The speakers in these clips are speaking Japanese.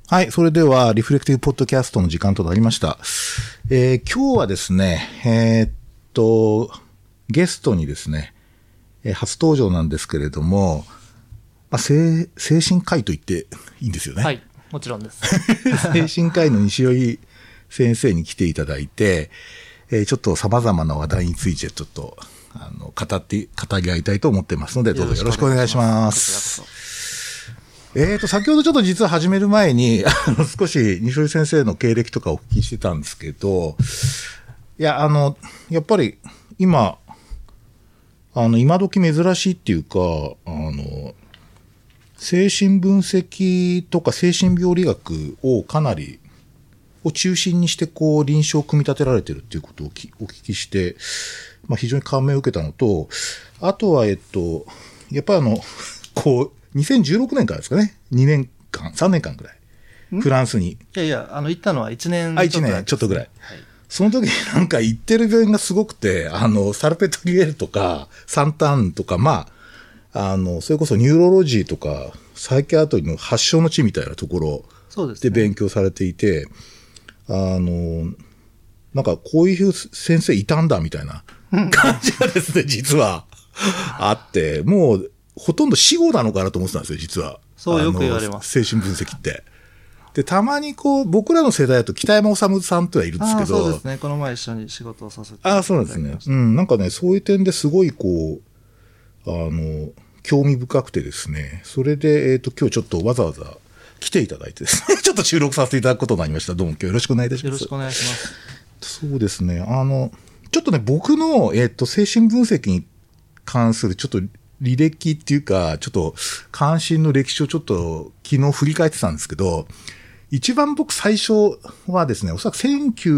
はい。それでは、リフレクティブポッドキャストの時間となりました。今日はですね、ゲストにですね、初登場なんですけれども、精神科医と言っていいんですよね。 はい。もちろんです。 精神科医の西尾先生に来ていただいて、ちょっと様々な話題についてちょっと、語り合いたいと思ってますので、どうぞよろしくお願いします。先ほどちょっと実は始める前に、少し西尾先生の経歴とかお聞きしてたんですけど、いや、やっぱり今時珍しいっていうか、精神分析とか精神病理学をかなりを中心にしてこう臨床を組み立てられてるっていうことをお聞きして、非常に感銘を受けたのと、あとはやっぱりこう2016年からですかね、2年間3年間ぐらいフランスに。 いや行ったのは1年ちょっとぐらい。1年ちょっとぐらい。はい、その時になんか行ってる病院がすごくて、サルペトリエルとかサンターンとか、それこそニューロロジーとかサイキアトリーの発祥の地みたいなところで勉強されていて、なんかこういう先生いたんだみたいな感じがですね、実はあって、もうほとんど死後なのかなと思ってたんですよ、実は。 そうよく言われます。 精神分析って。で、たまにこう、僕らの世代だと北山治さんとはいるんですけど。 そうですね。この前一緒に仕事をさせていただきました。 そうなんですね。なんかね、そういう点ですごいこう、興味深くてですね、それで、今日ちょっとわざわざ来ていただいてですね、ちょっと収録させていただくことになりました。どうも今日よろしくお願いいたします。 よろしくお願いします。 そうですね。ちょっとね、僕の、精神分析に関するちょっと履歴っていうか、ちょっと関心の歴史をちょっと昨日振り返ってたんですけど、一番僕最初はですね、おそらく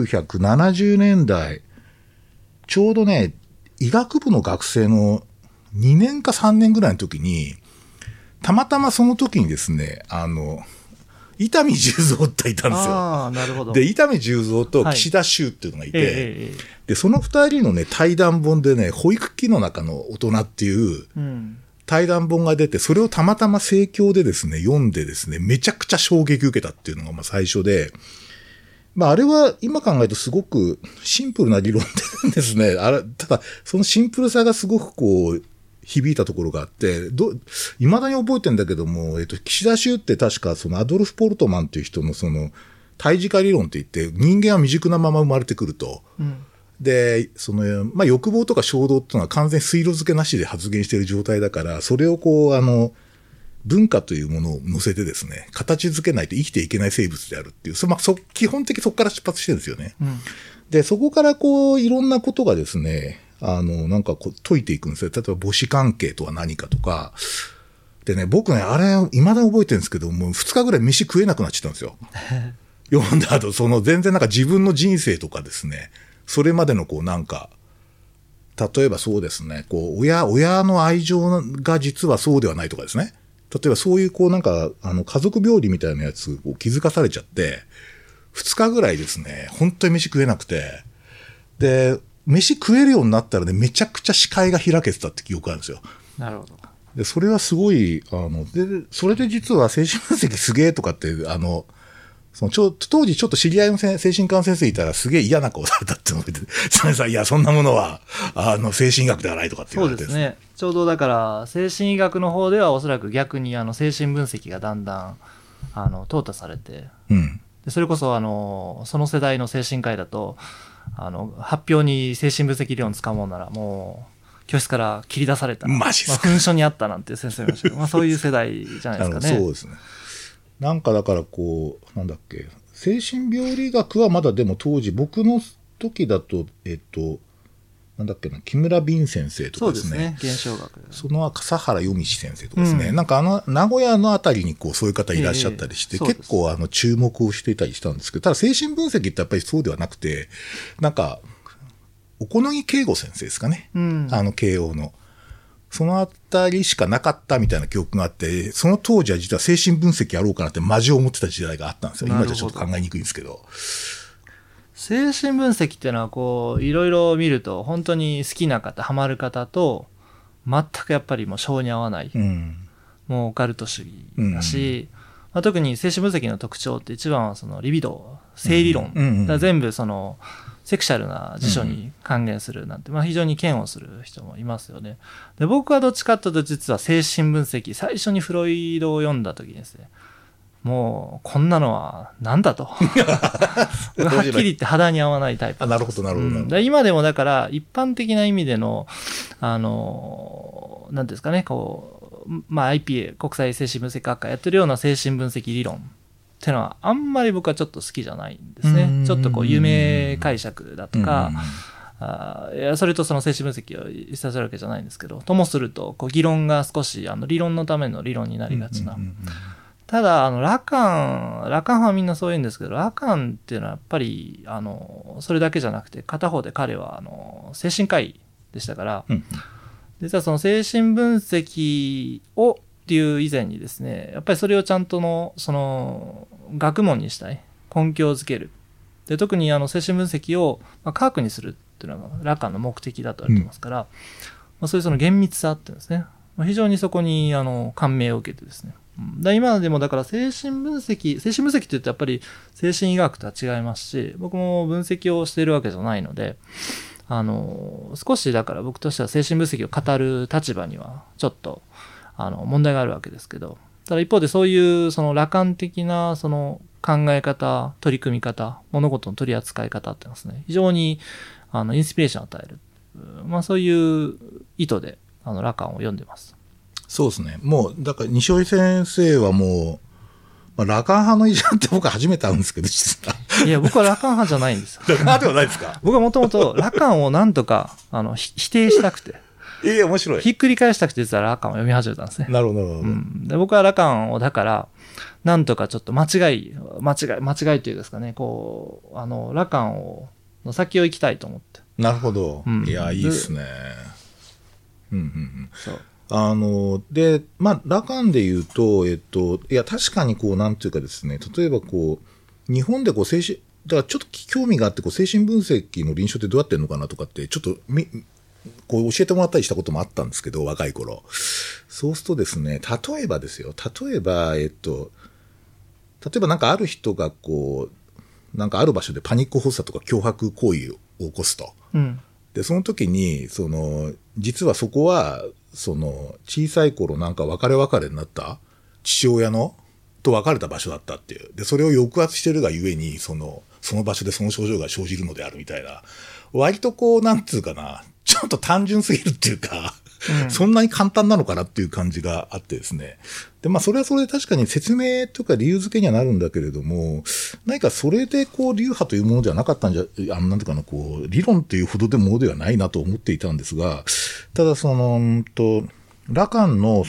1970年代、ちょうどね、医学部の学生の2年か3年ぐらいの時に、たまたまその時にですね、伊丹十三っていたんですよ。 なるほど。 で、伊丹十三と岸田修っていうのがいて、で、その二人のね、対談本でね、保育器の中の大人っていう対談本が出て、それをたまたま生協でですね、読んでですね、めちゃくちゃ衝撃を受けたっていうのが最初で、あれは今考えるとすごくシンプルな理論ですね。ただ、そのシンプルさがすごくこう、響いたところがあって、未だに覚えてんだけども、岸田修って確かそのアドルフ・ポルトマンっていう人のその、胎児化理論って言って、人間は未熟なまま生まれてくると。で、欲望とか衝動っていうのは完全に推論付けなしで発現している状態だから、それをこう、文化というものを乗せてですね、形付けないと生きていけない生物であるっていう、基本的にそこから出発してるんですよね。で、そこからこう、いろんなことがですね、なんかこう解いていくんですよ。例えば母子関係とは何かとか。でね、僕ね、あれ、未だに覚えてるんですけど、もう2日ぐらい飯食えなくなっちゃったんですよ。読んだ後、全然なんか自分の人生とかですね、それまでのこうなんか、例えばそうですね、こう、親の愛情が実はそうではないとかですね。例えばそういうこうなんか、家族病理みたいなやつを気づかされちゃって、2日ぐらいですね、本当に飯食えなくて、で、飯食えるようになったらね、めちゃくちゃ視界が開けてたって記憶があるんですよ。 なるほど。 で、それはすごい、で、それで実は精神分析すげえとかって、当時ちょっと知り合いの精神科の先生いたらすげえ嫌な顔されたって思って、それさ、いや、そんなものは、精神医学ではないとかって言われて。 そうですね。ちょうどだから、精神医学の方ではおそらく逆に精神分析がだんだん、淘汰されて、でそれこそ、その世代の精神科医だと、発表に精神分析理論使うもんならもう教室から切り出された、 マジですか。 勲章にあったなんていう先生もいましたけど、そういう世代じゃないですかね。 そうですね。なんかだからこうなんだっけ、精神病理学はまだでも当時僕の時だとなんだっけな、木村敏先生とかですね。 そうですね。現象学。 その笠原由美先生とかですね。なんか名古屋のあたりにこうそういう方いらっしゃったりして、結構注目をしていたりしたんですけど、ただ精神分析ってやっぱりそうではなくて、なんか、小此木圭吾先生ですかね。慶応の。そのあたりしかなかったみたいな記憶があって、その当時は実は精神分析やろうかなってマジ思ってた時代があったんですよ。今じゃちょっと考えにくいんですけど。 精神分析っていうのはこういろいろ見ると本当に好きな方ハマる方と全くやっぱりもう性に合わない、もうオカルト主義だし、 特に精神分析の特徴って一番はそのリビドー、性理論、だから全部そのセクシャルな事象に還元するなんて、非常に嫌悪する人もいますよね。で、僕はどっちかというと実は精神分析、最初にフロイドを読んだ時にですね、もうこんなのはなんだとはっきり言って肌に合わないタイプ。 なるほどなるほど。 今でもだから一般的な意味でのなんですかね、こうIPA 国際精神分析学会やってるような精神分析理論ってのはあんまり僕はちょっと好きじゃないんですね。ちょっとこう夢解釈だとか、それとその精神分析を一切するわけじゃないんですけど、ともするとこう議論が少し理論のための理論になりがちな。ただラカン派はみんなそう言うんですけど、ラカンっていうのはやっぱりそれだけじゃなくて、片方で彼は精神科医でしたから、実はその精神分析をっていう以前にですね、やっぱりそれをちゃんとその学問にしたい、根拠づける。で、特に精神分析を科学にするっていうのがラカンの目的だと言われてますから、そういうその厳密さっていうんですね、非常にそこに感銘を受けてですね。今でもだから精神分析って言うとやっぱり精神医学とは違いますし、僕も分析をしているわけじゃないので、少しだから僕としては精神分析を語る立場にはちょっと問題があるわけですけど、ただ一方でそういうその羅漢的なその考え方、取り組み方、物事の取り扱い方っていうのはですね、非常にインスピレーションを与える、そういう意図で羅漢を読んでます。 そうですね。もうだから西尾先生はもう、羅漢派の医者って僕は初めて会うんですけど、実は。 いや、僕は羅漢派じゃないんですよ。 羅漢派ではないですか？ 僕はもともと羅漢をなんとか否定したくて。 面白い。 ひっくり返したくて実は羅漢を読み始めたんですね。 なるほど。 で、僕は羅漢をだから、なんとかちょっと間違いというですかね、こう、羅漢の先を行きたいと思って。 なるほど。いや、いいですね。そう。で、羅漢で言うと、いや、確かにこう、なんていうかですね、例えばこう、日本でこう、だからちょっと興味があって、こう、精神分析の臨床ってどうやってるのかなとかって、ちょっとこう教えてもらったりしたこともあったんですけど、若い頃。そうするとですね、例えばなんかある人がこう、なんかある場所でパニック発作とか脅迫行為を起こすと。で、その時に、実はそこは、小さい頃なんか別れになった父親と別れた場所だったっていう。で、それを抑圧してるがゆえに、その場所でその症状が生じるのであるみたいな。割とこう、なんつうかな、ちょっと単純すぎるっていうか、そんなに簡単なのかなっていう感じがあってですね。で、それはそれで確かに説明とか理由付けにはなるんだけれども、何かそれでこう、流派というものではなかったんじゃ、なんていうかな、こう、理論というほどでものではないなと思っていたんですが、ただ羅漢の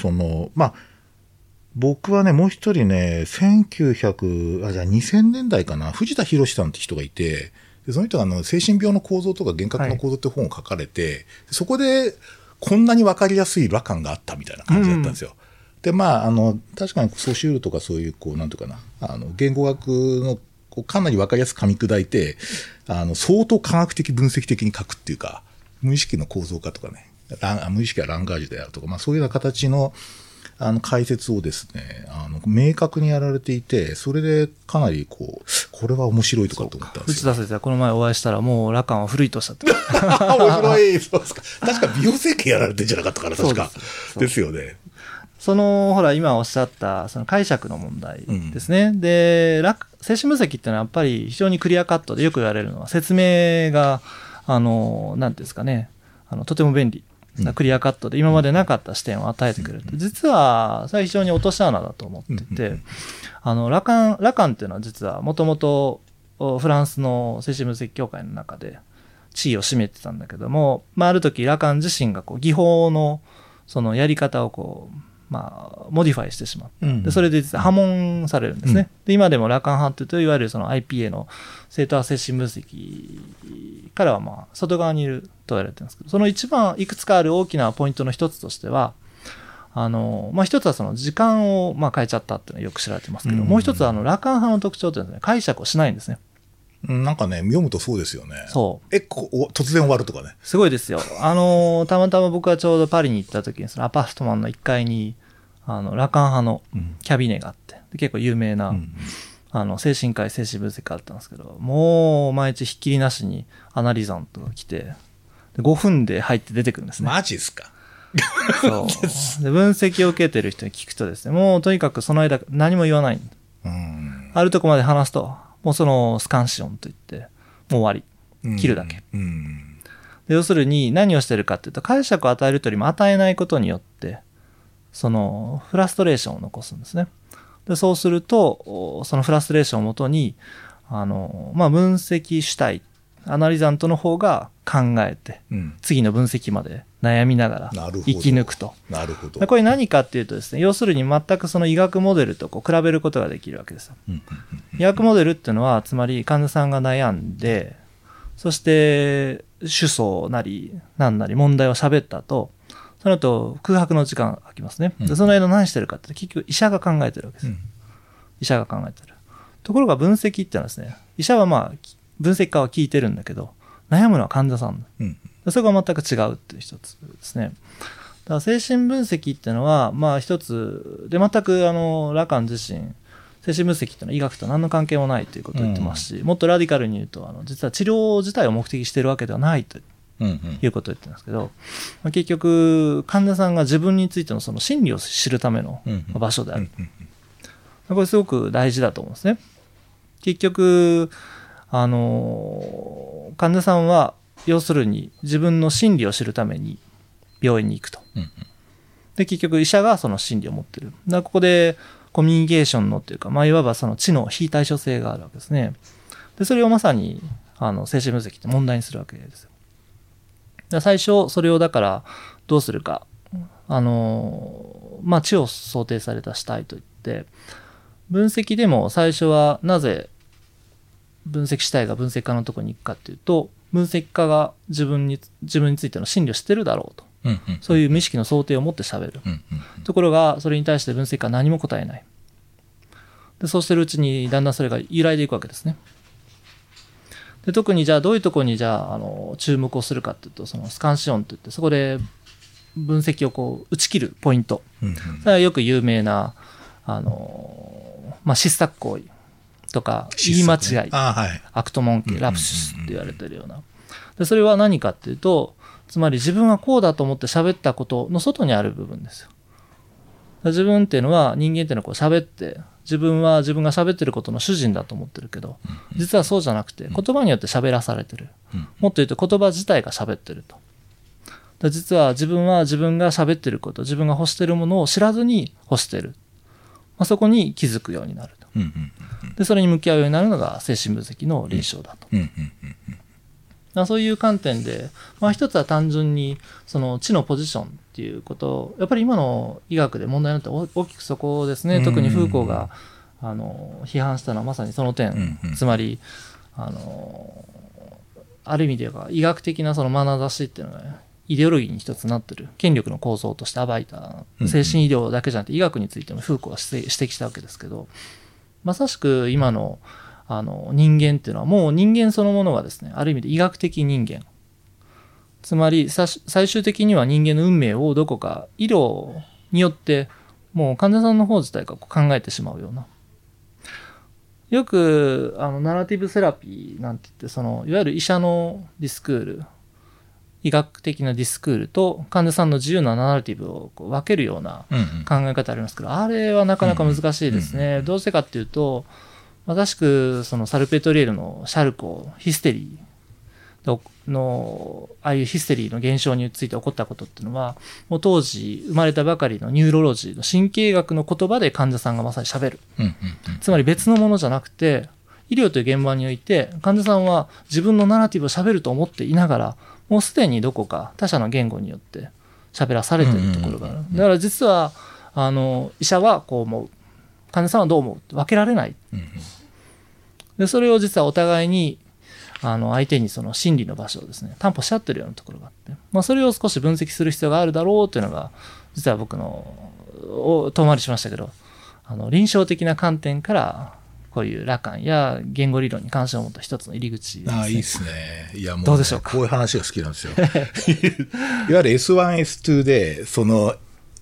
僕はね、もう一人ね、2000年代かな、藤田博さんって人がいて、でその人が精神病の構造とか幻覚の構造って本を書かれて、そこでこんなに分かりやすい羅漢があったみたいな感じだったんですよ。で、確かにソシュールとかそういう、こう、なんていうかな、言語学のこうかなり分かりやすく噛み砕いて、相当科学的分析的に書くっていうか、無意識の構造化とかね、無意識はランガージュであるとか、そういうような形の、解説をですね、明確にやられていて、それでかなりこれは面白いとかと思ったんですよ。 藤田先生はこの前お会いしたら、もう羅漢は古いとおっしゃって。 面白い。そうですか。確か美容整形やられてんじゃなかったから、確か。ですよね。 ほら、今おっしゃった、解釈の問題ですね。で、精神分析っていうのはやっぱり非常にクリアカットでよく言われるのは、説明が、なんていうんですかね、とても便利。クリアカットで今までなかった視点を与えてくれる。実は、それは非常に落とし穴だと思ってて、羅漢っていうのは実はもともとフランスの精神分析協会の中で地位を占めてたんだけども、ある時羅漢自身が技法のそのやり方をモディファイしてしまった。で、それで実は破門されるんですね。で、今でも羅漢派っていうと、いわゆるその IPA の正統派精神分析からは外側にいると言われてるんですけど、その一番いくつかある大きなポイントの一つとしては、一つはその時間を変えちゃったっていうのはよく知られてますけど、もう一つは羅漢派の特徴というのは解釈をしないんですね。 なんかね、読むとそうですよね。 そう。 突然終わるとかね。 すごいですよ。たまたま僕はちょうどパリに行った時に、そのアパートマンの1階に、 ラカン派のキャビネがあって、結構有名な、精神科医精神分析があったんですけど、もう毎日ひっきりなしにアナリザントが来て、5分で入って出てくるんですね。 マジっすか。 そうで分析を受けてる人に聞くとですね、もうとにかくその間何も言わない。あるとこまで話すと、もうそのスカンシオンといって、もう終わり。切るだけ。で要するに何をしてるかっていうと、解釈を与えるというよりも与えないことによって、そのフラストレーションを残すんですね。でそうすると、そのフラストレーションをもとに、分析したい。アナリザントの方が考えて、次の分析まで悩みながら生き抜くと。 なるほど。 これ何かっていうとですね、要するに全くその医学モデルとこう比べることができるわけですよ。医学モデルっていうのは、つまり患者さんが悩んで、そして主訴なり何なり問題を喋った後、その後空白の時間が空きますね。でその間何してるかって結局医者が考えてるわけです。医者が考えてる。ところが分析っていうのはですね、医者は分析家は聞いてるんだけど、悩むのは患者さん。それが全く違うっていう一つですね。だから精神分析っていうのは、一つで、全くラカン自身、精神分析っていうのは医学と何の関係もないということを言ってますし、もっとラディカルに言うと、実は治療自体を目的しているわけではないということを言ってるんですけど、結局、患者さんが自分についてのその心理を知るための場所である。これすごく大事だと思うんですね。結局、患者さんは要するに自分の心理を知るために病院に行くと。で、結局医者がその心理を持ってる。だからここでコミュニケーションのっていうか、いわばその知の非対称性があるわけですね。で、それをまさに精神分析って問題にするわけですよ。で最初それをだからどうするか、知を想定された主体といって、分析でも最初はなぜ分析主体が分析家のところに行くかっていうと、分析家が自分についての心理を知ってるだろうと、そういう無意識の想定を持って喋る、ところがそれに対して分析家は何も答えない。でそうしてるうちにだんだんそれが揺らいでいくわけですね。で特にじゃあどういうところに注目をするかっていうと、そのスカンシオンといって、そこで分析をこう打ち切るポイント、それはよく有名な失策行為とか言い間違い、アクトモンキー、ラプシュスって言われてるような。でそれは何かっていうと、つまり自分はこうだと思って喋ったことの外にある部分ですよ。自分っていうのは、人間っていうのはこう喋って、自分が喋ってることの主人だと思ってるけど、実はそうじゃなくて、言葉によって喋らされてる。もっと言うと言葉自体が喋ってると。実は自分が喋ってること、自分が欲してるものを知らずに欲してる。そこに気づくようになると。でそれに向き合うようになるのが精神分析の臨床だと。そういう観点で、一つは単純にその知のポジションっていうことを、やっぱり今の医学で問題になって大きくそこですね。特にフーコーが批判したのはまさにその点。つまりある意味で言えば医学的なその眼差しっていうのがイデオロギーに一つなってる権力の構造として暴いた精神医療だけじゃなくて医学についてもフーコーが指摘したわけですけど、まさしく今の人間っていうのはもう人間そのものがですね、ある意味で医学的人間。つまり最終的には人間の運命をどこか医療によってもう患者さんの方自体が考えてしまうような。よくナラティブセラピーなんて言って、いわゆる医者のディスクール、医学的なディスクールと患者さんの自由なナラティブを分けるような考え方ありますけど、あれはなかなか難しいですね。どうしてかっていうと、まさしくそのサルペトリエルのシャルコーヒステリーのああいうヒステリーの現象について起こったことっていうのは、もう当時生まれたばかりのニューロロジーの神経学の言葉で患者さんがまさに喋る、つまり別のものじゃなくて、医療という現場において患者さんは自分のナラティブを喋ると思っていながら、もうすでにどこか他者の言語によって喋らされているところがある。だから実は医者はこう思う、患者さんはどう思うって分けられない。でそれを実はお互いに相手にその心理の場所をですね担保し合ってるようなところがあって、それを少し分析する必要があるだろうというのが実は僕の遠回りしましたけど、臨床的な観点からこういうラカンや言語理論に関心を持った一つの入り口ですね。 いいですね。いやもう、ね、 どうでしょうか。 こういう話が好きなんですよ。いわゆる S1、S2 で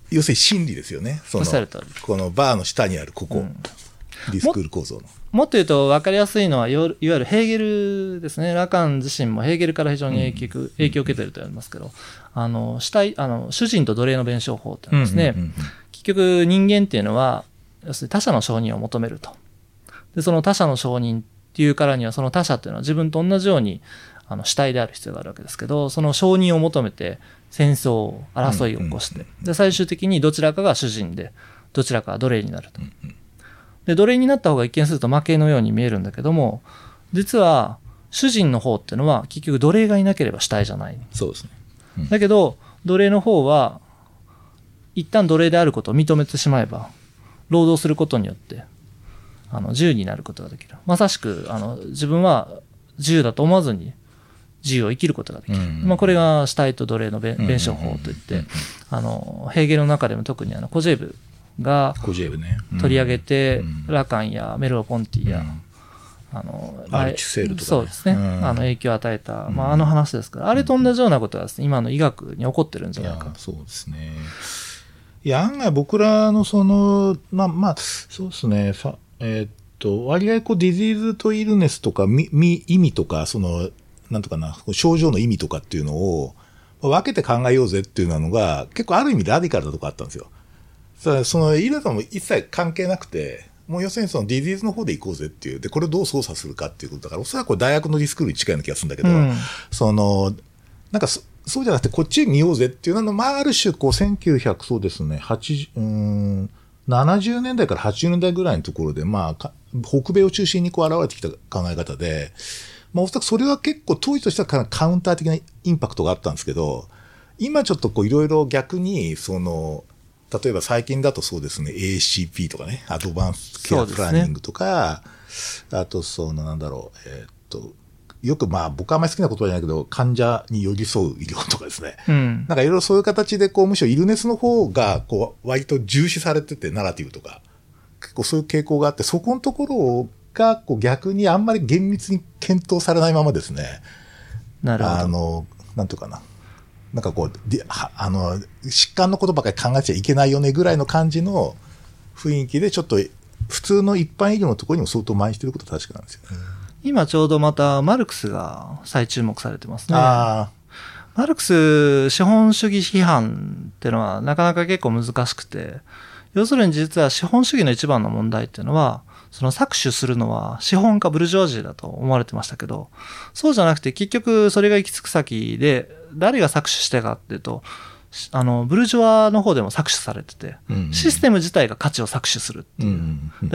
要するに心理ですよね。このバーの下にあるここ、ディスクール構造の。 もっと言うと分かりやすいのは、いわゆるヘーゲルですね。ラカン自身もヘーゲルから非常に影響を受けていると言われますけど、主人と奴隷の弁証法というのはですね、結局人間っていうのは、要するに他者の承認を求めると。で、その他者の承認っていうからには、その他者っていうのは自分と同じように主体である必要があるわけですけど、その承認を求めて戦争、争いを起こして、で、最終的にどちらかが主人で、どちらかが奴隷になると。で、奴隷になった方が一見すると負けのように見えるんだけども、実は主人の方っていうのは結局奴隷がいなければ主体じゃない。 そうですね。 だけど、奴隷の方は、一旦奴隷であることを認めてしまえば、労働することによって、自由になることができる。まさしく、自分は自由だと思わずに、自由を生きることができる。これが主体と奴隷の弁証法といって、ヘーゲルの中でも特にコジェーブが取り上げて、ラカンやメルロ・ポンティや、 アルチュセールとか、ね、 そうですね、影響を与えた、話ですから、あれと同じようなことがですね、今の医学に起こってるんじゃないか。 そうですね。いや、案外僕らのそうですね、割合ディジーズとイルネスとか、意味とか、なんとかな、症状の意味とかっていうのを分けて考えようぜっていうのが、結構ある意味ラディカルなとこあったんですよ。イルネスも一切関係なくて、もう要するにディジーズの方で行こうぜっていう。で、これをどう操作するかっていうことだから、おそらく大学のディスクールに近いような気がするんだけど、なんかそうじゃなくてこっちに見ようぜっていうのの、ある種1900、そうですね、70年代から80年代ぐらいのところで、北米を中心に現れてきた考え方で、おそらくそれは結構当時としてはカウンター的なインパクトがあったんですけど、今ちょっといろいろ逆に、例えば最近だとそうですね、ACP とかね、アドバンスケアプランニングとか、あとなんだろう、よく僕はあんまり好きな言葉じゃないけど、患者に寄り添う医療とかですね。なんかいろいろそういう形でむしろイルネスの方が割と重視されてて、ナラティブとか。結構そういう傾向があって、そこのところが逆にあんまり厳密に検討されないままですね。 なるほど。なんとかな。なんか疾患のことばかり考えちゃいけないよねぐらいの感じの雰囲気で、ちょっと普通の一般医療のところにも相当蔓延していることは確かなんですよね。 今ちょうどまたマルクスが再注目されてますね。マルクス資本主義批判っていうのはなかなか結構難しくて、要するに実は資本主義の一番の問題っていうのは、搾取するのは資本家ブルジョワジーだと思われてましたけど、そうじゃなくて結局それが行き着く先で誰が搾取してかっていうと、ブルジョワの方でも搾取されてて、システム自体が価値を搾取するっていう。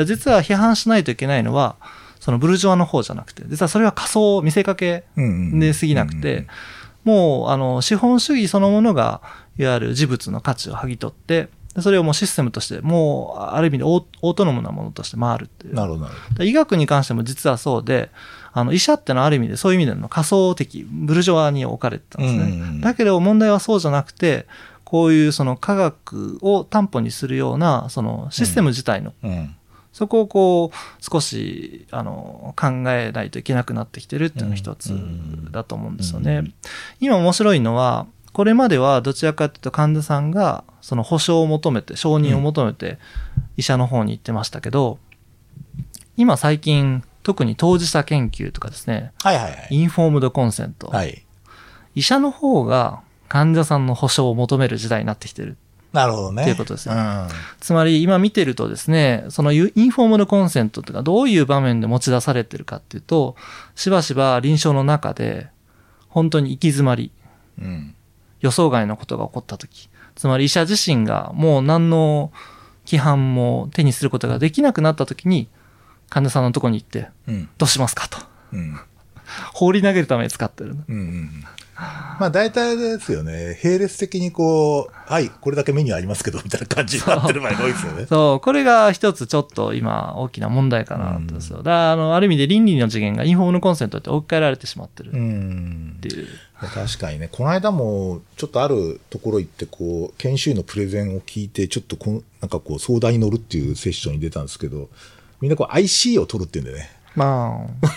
実は批判しないといけないのは、ブルジョワの方じゃなくて、実はそれは仮想見せかけで過ぎなくて、もう資本主義そのものがいわゆる事物の価値を剥ぎ取って、それをもうシステムとして、もうある意味でオートノムなものとして回るっていう。 なるほど。 医学に関しても実はそうで、医者ってのはある意味でそういう意味での仮想的、ブルジョワに置かれてたんですね。だけど問題はそうじゃなくて、こういう科学を担保にするような、システム自体の、そこを少し、考えないといけなくなってきてるっていうのが一つだと思うんですよね。今面白いのは、これまではどちらかというと患者さんが保証を求めて、承認を求めて医者の方に行ってましたけど、今最近特に当事者研究とかですね、インフォームドコンセント、医者の方が患者さんの保証を求める時代になってきてる。 なるほどね。 ということですよ。つまり今見てるとですね、インフォームドコンセントというかどういう場面で持ち出されてるかっていうと、しばしば臨床の中で本当に行き詰まり、予想外のことが起こったとき、つまり医者自身がもう何の規範も手にすることができなくなったときに、患者さんのところに行って、どうしますかと。放り投げるために使ってる。 大体ですよね。並列的にはい、これだけメニューありますけど、みたいな感じになってる場合が多いですよね。 そう、これが一つちょっと今大きな問題かなとですよ。ある意味で倫理の次元がインフォームドコンセントって置き換えられてしまってるっていう。 確かにね、この間もちょっとあるところ行って研修医のプレゼンを聞いて、ちょっとなんか相談に乗るっていうセッションに出たんですけど、みんなIC を取るっていうんでね。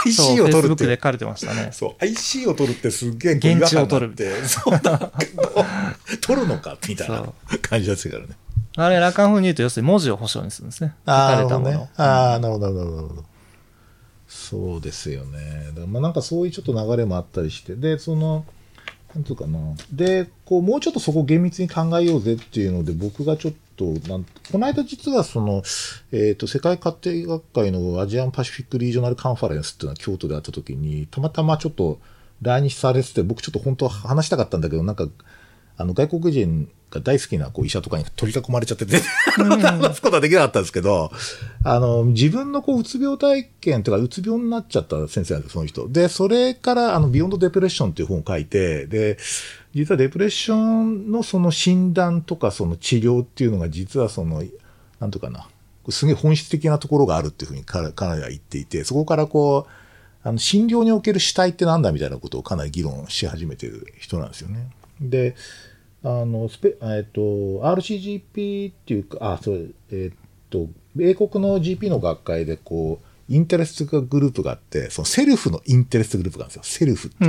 IC を取るって。 フェイスブックで書かれてましたね。 そう。IC を取るってすっげえ現地を取るみたいな。そうなんか取るのかみたいな感じですからね。 あれ、羅漢風に言うと、要するに文字を保証にするんですね。書かれたもの。 ね、なるほど、なるほど。そうですよね。だからまあなんかそういうちょっと流れもあったりして、で、なんていうかな。で、もうちょっとそこを厳密に考えようぜっていうので、僕がちょっと、この間実は世界家庭学会のアジアンパシフィックリージョナルカンファレンスっていうのは京都であった時に、たまたまちょっと来日されてて、僕ちょっと本当は話したかったんだけど、なんか、外国人が大好きな医者とかに取り囲まれちゃってて、話すことはできなかったんですけど、自分のうつ病体験というか、うつ病になっちゃった先生なんです、その人。で、それから、ビヨンドデプレッションっていう本を書いて、で、実はデプレッションのその診断とかその治療っていうのが実はなんとかな、すげえ本質的なところがあるっていうふうに彼は言っていて、そこから診療における主体ってなんだみたいなことをかなり議論し始めてる人なんですよね。で、RCGP っていうか、米国の GP の学会でインテレストグループがあって、そのセルフのインテレストグループがあるんですよ。セルフっていう。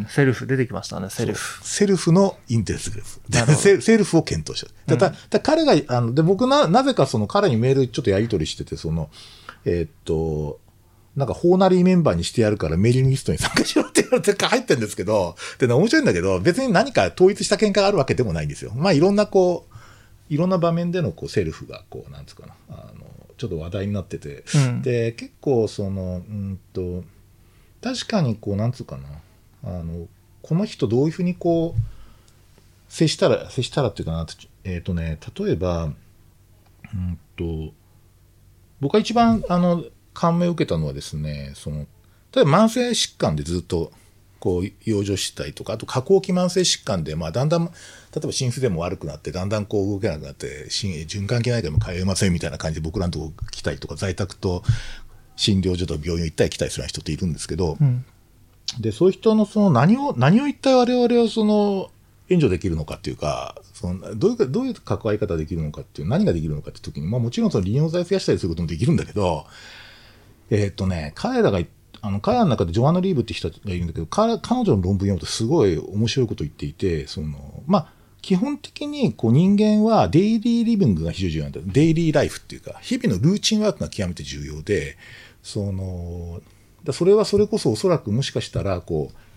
セルフ出てきましたね、セルフ。 セルフのインテレストグループ。セルフを検討してる。彼が、で、僕なぜか彼にメールちょっとやり取りしてて、なんか、ホーナリーメンバーにしてやるからメーリングリストに参加しろって言われて入ってるんですけど、で、面白いんだけど、別に何か統一した見解があるわけでもないんですよ。まあ、いろんな場面でのセルフが、なんつうかな、ちょっと話題になってて、で、結構、確かになんつうかな、この人どういうふうに接したらっていうかな、例えば、僕が一番、感銘を受けたのはですね、例えば慢性疾患でずっと、養生したりとか、あと下降期慢性疾患で、まあ、だんだん、例えば心不全も悪くなって、だんだん動けなくなって、循環器内科も通えませんみたいな感じで僕らのとこ来たりとか、在宅と診療所と病院を行ったり来たりする人っているんですけど、で、そういう人の何を一体我々は援助できるのかっていうか、どういう関わり方できるのかっていう、何ができるのかって時に、まあもちろん利用剤増やしたりすることもできるんだけど、彼らの中でジョアンナ・リーブって人がいるんだけど、彼女の論文読むとすごい面白いことを言っていて、まあ、基本的に人間はデイリーリビングが非常に重要なんだ。デイリーライフっていうか、日々のルーチンワークが極めて重要で、それはそれこそおそらくもしかしたら、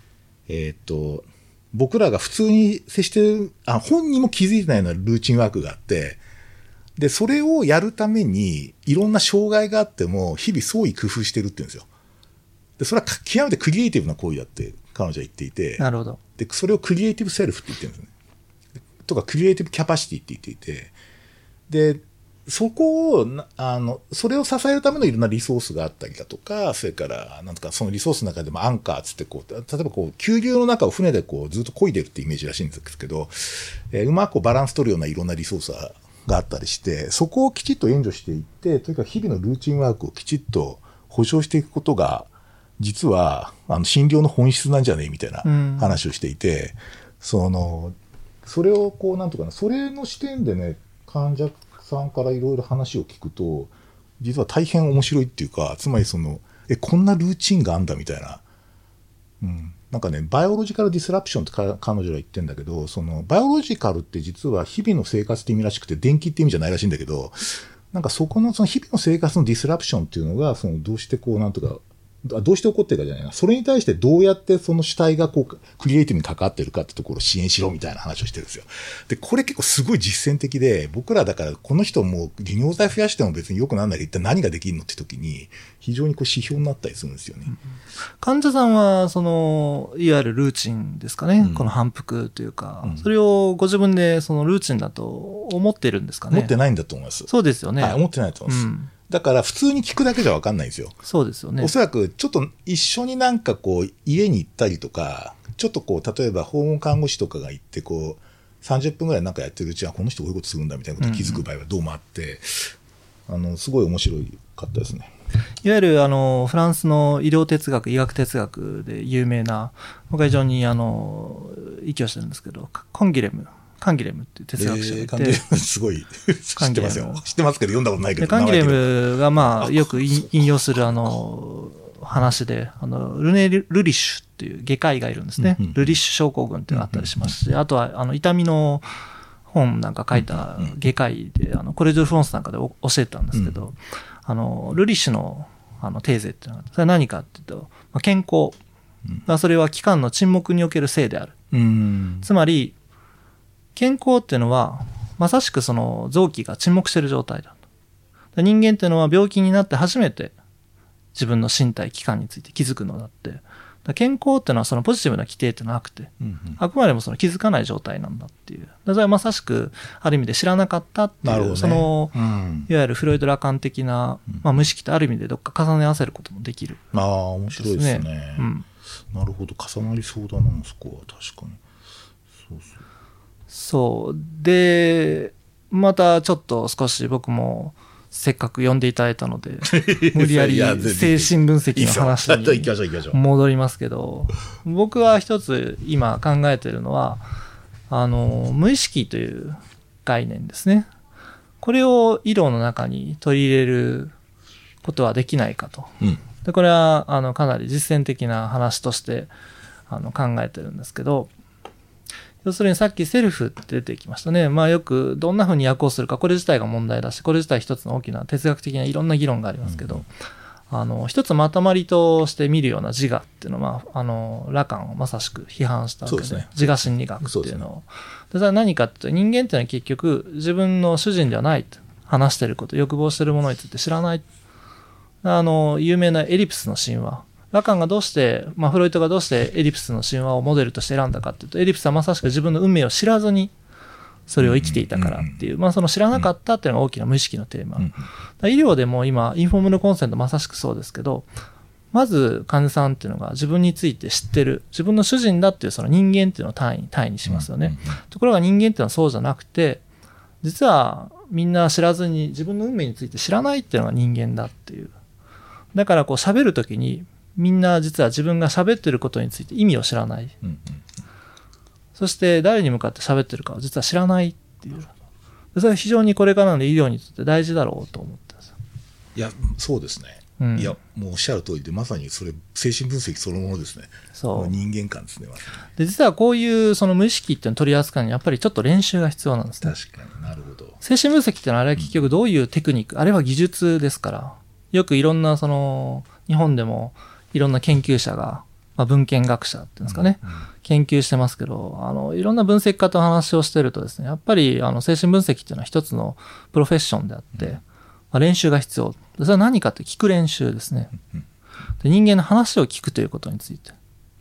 僕らが普通に接してる、本人も気づいてないようなルーチンワークがあって、で、それをやるために、いろんな障害があっても、日々創意工夫してるって言うんですよ。で、それは極めてクリエイティブな行為だって彼女は言っていて、 なるほど。 で、それをクリエイティブセルフって言ってるんですね。とか、クリエイティブキャパシティって言っていて、で、それを支えるためのいろんなリソースがあったりだとか、それから、なんとかそのリソースの中でもアンカーつって例えば急流の中を船でずっと漕いでるってイメージらしいんですけど、うまくバランス取るようないろんなリソースがあったりして、そこをきちっと援助していって、というか日々のルーチンワークをきちっと保障していくことが、実は、診療の本質なんじゃねえみたいな話をしていて、それをなんとかな、それの視点でね、患者さんからいろいろ話を聞くと、実は大変面白いっていうか、つまりこんなルーチンがあんだみたいな。なんかね、バイオロジカルディスラプションって彼女が言ってんだけど、バイオロジカルって実は日々の生活って意味らしくて、電気って意味じゃないらしいんだけど、なんかその日々の生活のディスラプションっていうのが、どうしてなんとか、どうして起こってるかじゃないな。それに対してどうやってその主体がクリエイティブに関わってるかってところを支援しろみたいな話をしてるんですよ。で、これ結構すごい実践的で、僕らだからこの人も利尿剤増やしても別に良くならないで一体何ができるのって時に、非常に指標になったりするんですよね。 患者さんは、いわゆるルーチンですかね。この反復というか、それをご自分でルーチンだと思ってるんですかね。 思ってないんだと思います。 そうですよね。 はい、思ってないと思います。だから普通に聞くだけじゃ分かんないんですよ。 そうですよね。 おそらくちょっと一緒になんか家に行ったりとか、ちょっと例えば訪問看護師とかが行って30分ぐらいなんかやってるうちはこの人こういうことするんだみたいなことに気づく場合はどうもあって、すごい面白かったですね。 いわゆるフランスの医療哲学、医学哲学で有名な、僕は非常に息をしてるんですけど、カンギレムっていう哲学者がいて、 カンギレムすごい知ってますよ。知ってますけど読んだことないけど。 カンギレムがよく引用する本話で、ルネ・ルリッシュっていう外科医がいるんですね。ルリッシュ症候群っていうのがあったりしますし、あとは、痛みの本なんか書いた外科医で、コレジョ・フロンスなんかで教えたんですけど、ルリッシュの、テーゼっていうのは、それは何かっていうと、健康。それは器官の沈黙における性である。つまり、健康っていうのは、まさしくその臓器が沈黙している状態だ。人間っていうのは病気になって初めて自分の身体、器官について気づくのだって。健康っていうのはそのポジティブな規定っていうのはなくて、あくまでもその気づかない状態なんだっていう。それはまさしくある意味で知らなかったっていう、ね、その、いわゆるフロイド・ラカン的な、無意識とある意味でどっか重ね合わせることもできる、 ああ、面白いですね。なるほど、重なりそうだな、そこは確かに。そうで、またちょっと少し僕もせっかく呼んでいただいたので、無理やり精神分析の話に戻りますけど、僕は一つ今考えているのは、無意識という概念ですね。これを医療の中に取り入れることはできないかと。でこれはかなり実践的な話として考えてるんですけど、要するにさっきセルフって出てきましたね。まあよくどんな風に訳をするか、これ自体が問題だし、これ自体一つの大きな哲学的ないろんな議論がありますけど、一つまとまりとして見るような自我っていうのは、ラカンをまさしく批判したわけで、自我心理学っていうのを。でそれは何かっていうと、人間っていうのは結局自分の主人ではないと話していること、欲望しているものについて知らない。有名なエリプスの神話。ラカンがどうして、フロイトがどうしてエリプスの神話をモデルとして選んだかっていうと、エリプスはまさしく自分の運命を知らずにそれを生きていたからっていう、その知らなかったっていうのが大きな無意識のテーマ。医療でも今、インフォームドコンセントまさしくそうですけど、まず患者さんっていうのが自分について知ってる、自分の主人だっていうその人間っていうのを単位にしますよね。ところが人間っていうのはそうじゃなくて、実はみんな知らずに自分の運命について知らないっていうのが人間だっていう。だからこう喋るときに、みんな実は自分が喋ってることについて意味を知らない。そして誰に向かって喋ってるかを実は知らないっていう。それは非常にこれからの医療にとって大事だろうと思ってます。 いや、そうですね。いや、もうおっしゃる通りで、まさにそれ、精神分析そのものですね。そう。人間観ですね、まさに。 で、実はこういうその無意識っていうのを取り扱うにやっぱりちょっと練習が必要なんですね。 確かになるほど。 精神分析っていうのはあれは結局どういうテクニック、あれは技術ですから、よくいろんなその、日本でも、いろんな研究者が、文献学者っていうんですかね、研究してますけど、いろんな分析家と話をしてるとですね、やっぱり精神分析っていうのは一つのプロフェッションであって、練習が必要。それは何かって聞く練習ですね。で人間の話を聞くということについて。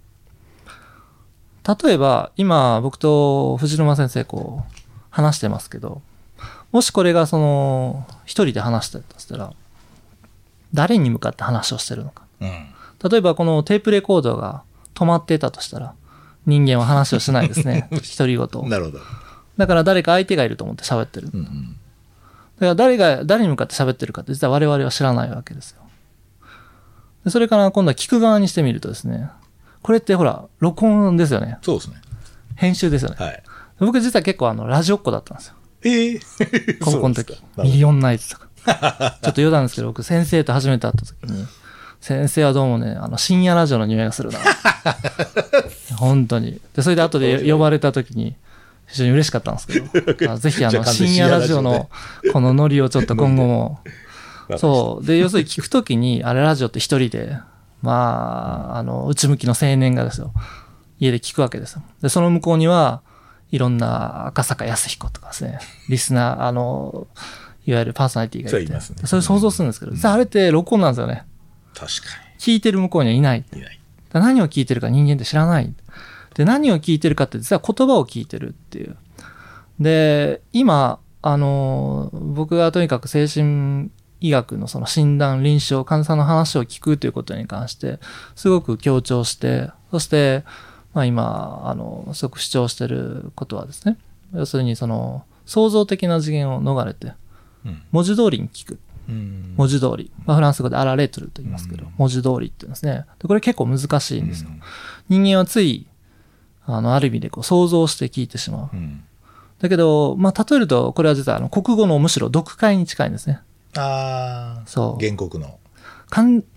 例えば、今僕と藤沼先生こう話してますけど、もしこれがその一人で話してたとしたら、誰に向かって話をしてるのか。例えばこのテープレコードが止まっていたとしたら、人間は話をしないですね。独り言。 なるほど。 だから誰か相手がいると思って喋ってる。だから誰に向かって喋ってるかって実は我々は知らないわけですよ。でそれから今度は聞く側にしてみるとですね、これってほら、録音ですよね。 そうですね。 編集ですよね。はい。僕実は結構ラジオっ子だったんですよ。高校の時。ミリオンナイツとか。ちょっと余談ですけど、僕先生と初めて会った時に、先生はどうもね、深夜ラジオの匂いがするな。本当に。で、それで後で呼ばれた時に、非常に嬉しかったんですけど、ぜひ深夜ラジオのこのノリをちょっと今後も、そう。で、要するに聞く時に、あれラジオって一人で、内向きの青年がですよ、家で聞くわけですよ。で、その向こうには、いろんな赤坂康彦とかですね、リスナー、いわゆるパーソナリティがいて、それ想像するんですけど、実はあれって録音なんですよね。 確かに。 聞いてる向こうにはいない。何を聞いてるか人間って知らない。で、何を聞いてるかって実は言葉を聞いてるっていう。で、今、僕がとにかく精神医学のその診断、臨床、患者さんの話を聞くということに関して、すごく強調して、そして、今、すごく主張していることはですね、要するにその、創造的な次元を逃れて、文字通りに聞く。文字通り。フランス語でアラレトルと言いますけど、文字通りって言うんですね。で、これ結構難しいんですよ。人間はつい、ある意味でこう想像して聞いてしまう。だけど、例えると、これは実は国語のむしろ読解に近いんですね。 そう。原告の。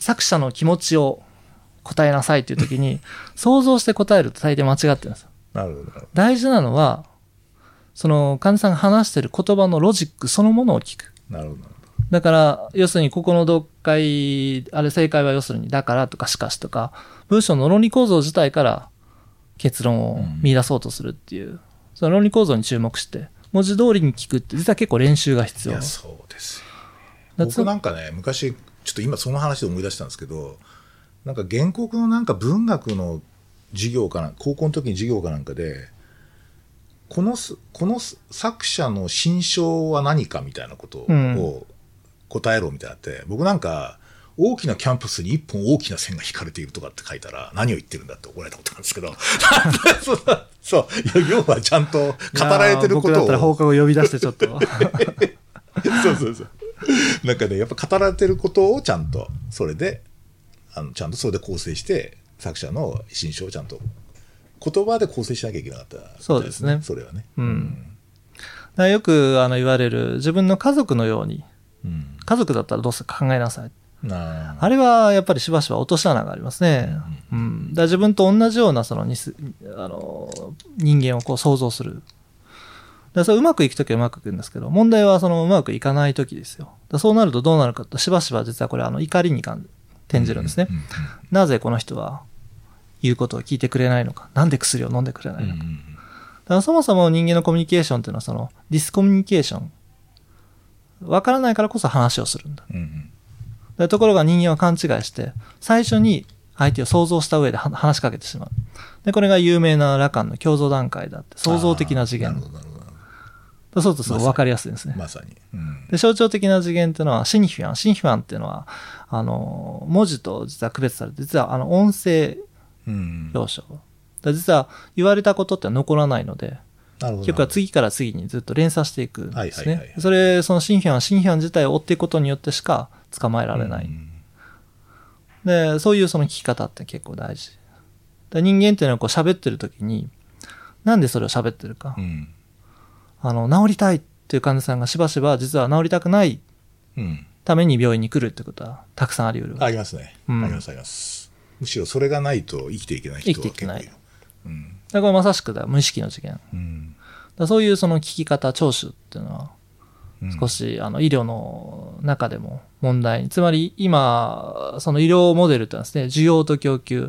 作者の気持ちを答えなさいというときに、想像して答えると大抵間違ってるんですよ。 なるほど。 大事なのは、その患者さんが話している言葉のロジックそのものを聞く。 なるほど。 だから、要するにここの読解、あれ正解は要するにだからとかしかしとか、文章の論理構造自体から結論を見出そうとするっていう、その論理構造に注目して、文字通りに聞くって実は結構練習が必要。 いや、そうですよね。僕なんかね、昔、ちょっと今その話で思い出したんですけど、なんか原告のなんか文学の授業かな、高校の時に授業かなんかで、この作者の心象は何かみたいなことを答えろみたいなって、僕なんか大きなキャンパスに一本大きな線が引かれているとかって書いたら何を言ってるんだって怒られたことなんですけどそう要はちゃんと語られてることを僕だったら放課後呼び出してちょっとそうなんかね、やっぱ語られてることをちゃんとそれでちゃんとそれで構成して作者の心象をちゃんと言葉で構成しなきゃいけなかった、 そうですね。 それはね。 だからよく言われる自分の家族のように、家族だったらどうするか考えなさい。あれはやっぱりしばしば落とし穴がありますね。だから自分と同じようなその人間をこう想像する。だそれうまくいくときはうまくいくんですけど、問題はそのうまくいかないときですよ。だそうなるとどうなるかと、しばしば実はこれ怒りに転じるんですね。なぜこの人は言うことを聞いてくれないのか、なんで薬を飲んでくれないのか。だからそもそも人間のコミュニケーションっていうのはそのディスコミュニケーション。わからないからこそ話をするんだ。ところが人間は勘違いして、最初に相手を想像した上で話しかけてしまう。で、これが有名なラカンの共像段階だって、創造的な次元。そうするとすごい分かりやすいですね。 まさに。 で、象徴的な次元っていうのはシンヒュアン。シンヒュアンっていうのは、文字と実は区別されて、実は音声要所。実は言われたことって残らないので、結局は次から次にずっと連鎖していくんですね。そのシンヒュアン自体を追っていくことによってしか捕まえられない。で、そういうその聞き方って結構大事。人間っていうのはこう喋ってる時に、なんでそれを喋ってるか。治りたいっていう患者さんがしばしば実は治りたくないために病院に来るってことはたくさんあり得る。 ありますね。あります。むしろそれがないと生きていけない人は結構いる。 だからこれまさしく無意識の次元。だそういうその聞き方、聴取っていうのは少し医療の中でも問題。つまり今、その医療モデルってのはですね、需要と供給。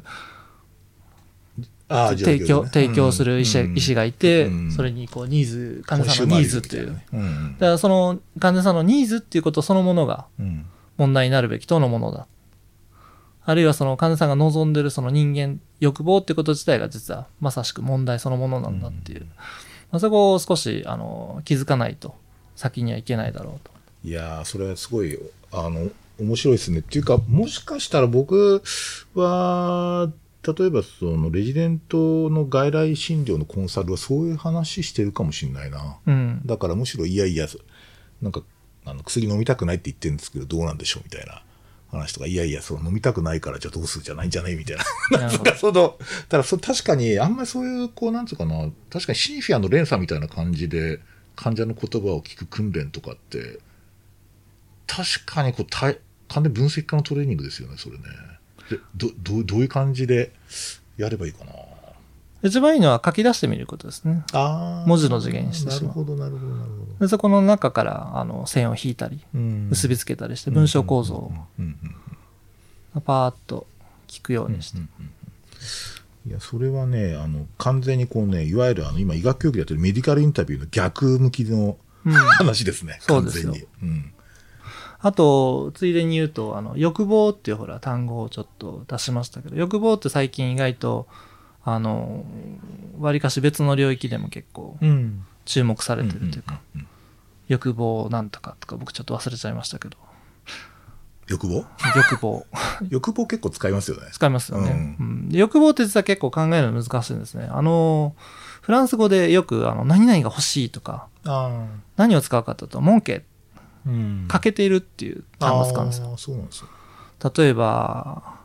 提供する医師がいて、それにこうニーズ、患者さんのニーズっていう。だからその患者さんのニーズっていうことそのものが問題になるべきとのものだ。あるいはその患者さんが望んでるその人間欲望ってこと自体が実はまさしく問題そのものなんだっていう。そこを少し気づかないと先にはいけないだろうと。 いやー、それはすごい面白いですね。っていうか、もしかしたら僕は例えばそのレジデントの外来診療のコンサルはそういう話してるかもしれないな。だからむしろいやなんか薬飲みたくないって言ってるんですけどどうなんでしょうみたいな話とか、いやその飲みたくないからじゃあどうするじゃないんじゃないみたいな。なんかただ確かにあんまりそういうこうなんつうかな、確かにシンフィアの連鎖みたいな感じで患者の言葉を聞く訓練とかって確かにこう完全に分析家のトレーニングですよね、それね。どういう感じでやればいいかな。 一番いいのは書き出してみることですね。文字の次元にしてしまう。 なるほど。 でそこの中から線を引いたり、結びつけたりして文章構造をパーッと聞くようにして。 いや、それはね、完全にこうね、いわゆる今医学教育でやってるメディカルインタビューの逆向きの話ですね。 そうですよ。完全に。あと、ついでに言うと、欲望っていう単語をちょっと出しましたけど、欲望って最近意外と、わりかし別の領域でも結構、注目されてるというか、欲望なんとかとか僕ちょっと忘れちゃいましたけど。 欲望欲望結構使いますよね。 使いますよね。欲望って実は結構考えるの難しいんですね。フランス語でよく、何々が欲しいとか、何を使うかというと、モンケ。欠けているっていう単語を使うんですよ。 そうなんですよ。 例えば、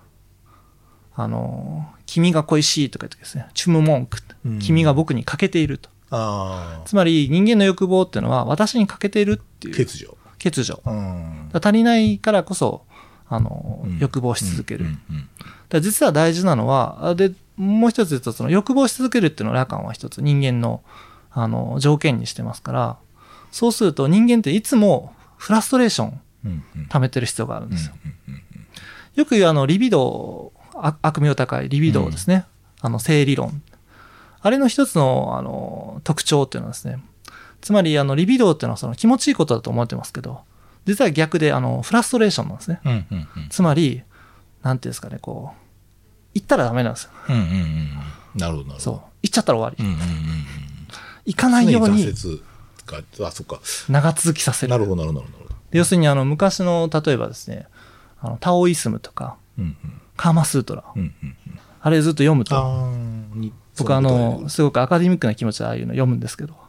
君が恋しいとか言ってですね、チュムモンク、君が僕に欠けていると。つまり人間の欲望っていうのは私に欠けているっていう。 欠如。 足りないからこそ、 欲望し続ける。だ実は大事なのは、で、もう一つ言うと、その欲望し続けるっていうのをラカンは一つ人間の、条件にしてますから、そうすると人間っていつもフラストレーション溜めてる必要があるんですよ。よく言うリビドー、悪名高いリビドーですね。性理論。あれの一つの、特徴っていうのはですね、つまりリビドーっていうのはその気持ちいいことだと思ってますけど、実は逆でフラストレーションなんですね。つまり、なんていうんですかね、こう、行ったらダメなんですよ。 なるほど、なるほど。 そう。行っちゃったら終わり。行かないように、長続きさせる。 なるほど、なるほど。 要するに昔の、例えばですね、タオイスムとか、カーマスートラ、あれずっと読むと、僕すごくアカデミックな気持ちでああいうの読むんですけど、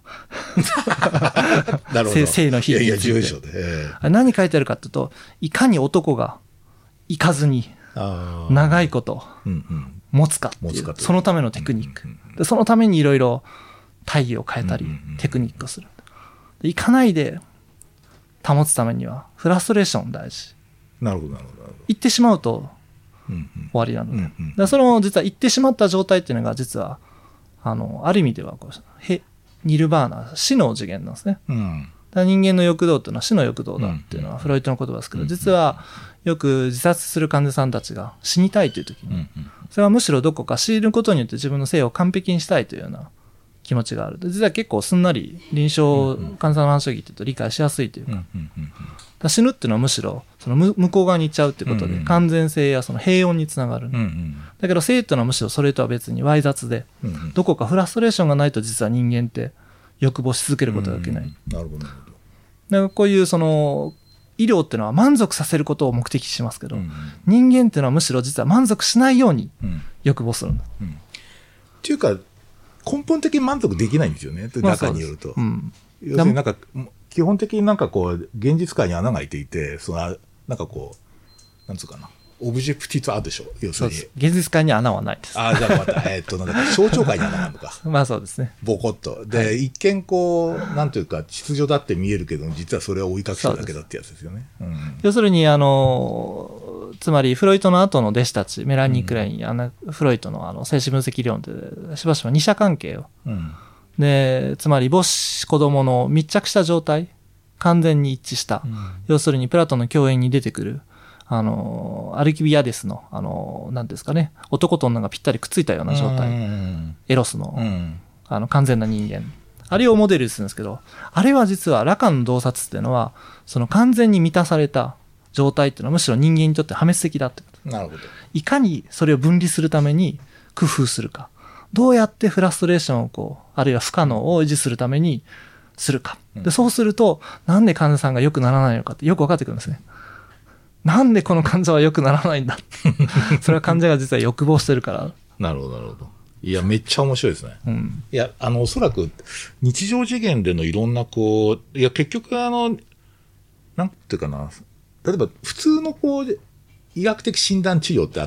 性の比喩について。何書いてあるかというと、いかに男が行かずに長いこと持つかっていう、そのためのテクニック。でそのためにいろいろ体位を変えたり、テクニックをする。行かないで保つためには、フラストレーション大事。 なるほど、なるほど。 行ってしまうと終わりなので。だその実は行ってしまった状態っていうのが、実は、ある意味ではニルバーナ、死の次元なんですね。だ人間の欲動っていうのは死の欲動だっていうのはフロイトの言葉ですけど、実はよく自殺する患者さんたちが死にたいという時に、それはむしろどこか死ぬことによって自分の性を完璧にしたいというような気持ちがある。実は結構すんなり臨床患者さんの話を聞いてると理解しやすいというか、だ死ぬっていうのはむしろその向こう側に行っちゃうっていうことで、完全性やその平穏につながる。だけど性っていうのはむしろそれとは別にわい雑で、どこかフラストレーションがないと実は人間って欲望し続けることができない。 なるほど、なるほど。 だからこういうその医療っていうのは満足させることを目的しますけど、人間っていうのはむしろ実は満足しないように欲望するんだ。 っていうか根本的に満足できないんですよね。中によると。要するになんか基本的になんかこう現実界に穴が開いていて、なんかこうなんつうかな。オブジェクティブアートでしょ、要するに。 現実界に穴はないです。 じゃあまた、なんか象徴界に穴があるのか。 まあそうですね。 ボコッと。で、一見こう、なんというか、秩序だって見えるけど、実はそれは追いかけただけだってやつですよね。 要するに、つまり、フロイトの後の弟子たち、メラニー・クレイン、フロイトの精神分析理論で、しばしば二者関係を。で、つまり、母子、子供の密着した状態、完全に一致した。要するに、プラトンの教演に出てくる、アルキビアデスの、なんですかね、男と女がぴったりくっついたような状態。エロスの、完全な人間。あれをモデルにするんですけど、あれは実はラカンの洞察っていうのは、その完全に満たされた状態っていうのはむしろ人間にとって破滅的だってこと。 なるほど。 いかにそれを分離するために工夫するか。どうやってフラストレーションをあるいは不可能を維持するためにするか。で、そうすると、なんで患者さんが良くならないのかってよく分かってくるんですね。なんでこの患者は良くならないんだそれは患者が実は欲望してるから。 なるほど、なるほど。いや、めっちゃ面白いですね。いや、おそらく、日常次元でのいろんな、いや、結局なんていうかな、例えば、普通の医学的診断治療ってあって、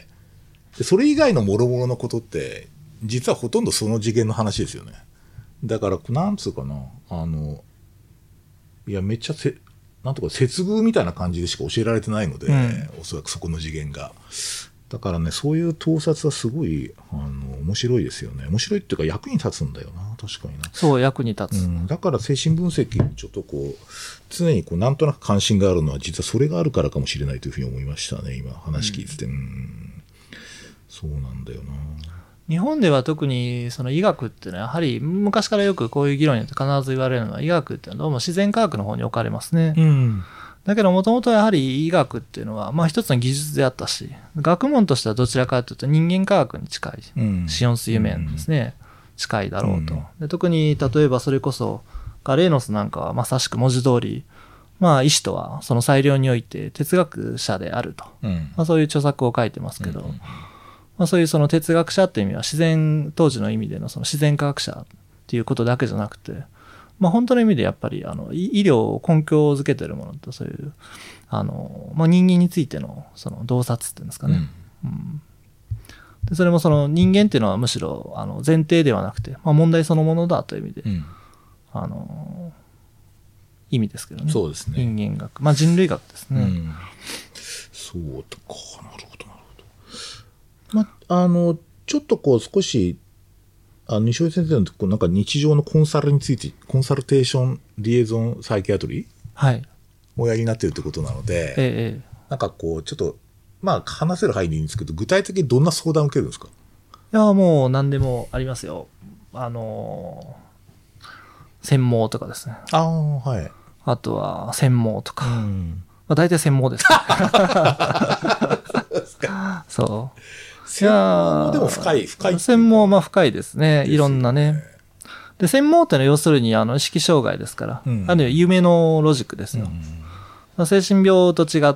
それ以外の諸々のことって、実はほとんどその次元の話ですよね。だから、なんつうかな、いや、めっちゃなんとか接遇みたいな感じでしか教えられてないので、おそらくそこの次元が。だからね、そういう盗撮はすごい、面白いですよね。面白いっていうか役に立つんだよな、確かにな。 そう、役に立つ。 だから精神分析にちょっと常になんとなく関心があるのは、実はそれがあるからかもしれないというふうに思いましたね、今話聞いてて。そうなんだよな。 日本では特にその医学っていうのはやはり昔からよくこういう議論によって必ず言われるのは医学っていうのはどうも自然科学の方に置かれますね。だけどもともとやはり医学っていうのはまあ一つの技術であったし、学問としてはどちらかというと人間科学に近い、シオン水面ですね、近いだろうと。で特に例えばそれこそガレーノスなんかはまさしく文字通り、まあ医師とはその裁量において哲学者であると、まあ、そういう著作を書いてますけど、まあ、そういうその哲学者っていう意味は当時の意味でのその自然科学者っていうことだけじゃなくて、まあ本当の意味でやっぱり医療を根拠づけてるものとそういうまあ人間についてのその洞察っていうんですかね。でそれもその人間っていうのはむしろ前提ではなくて、まあ問題そのものだという意味で、意味ですけどね。 そうですね。 人間学、まあ人類学ですね。 そうか、なるほど、なるほど。ちょっとこう少し、西尾先生のなんか日常のコンサルについて、コンサルテーションリエゾンサイキアトリーをやりになってるってことなので、なんかこう、ちょっと、話せる範囲でいいんですけど、具体的にどんな相談を受けるんですか？ いや、もう何でもありますよ。専門とかですね。 はい。 あとは専門とか。大体専門です、ね。そう。 専門でも深い専門は深いですね。いろんなね。で、専門ってのは要するに意識障害ですから。あるいは夢のロジックですよ。精神病と違って、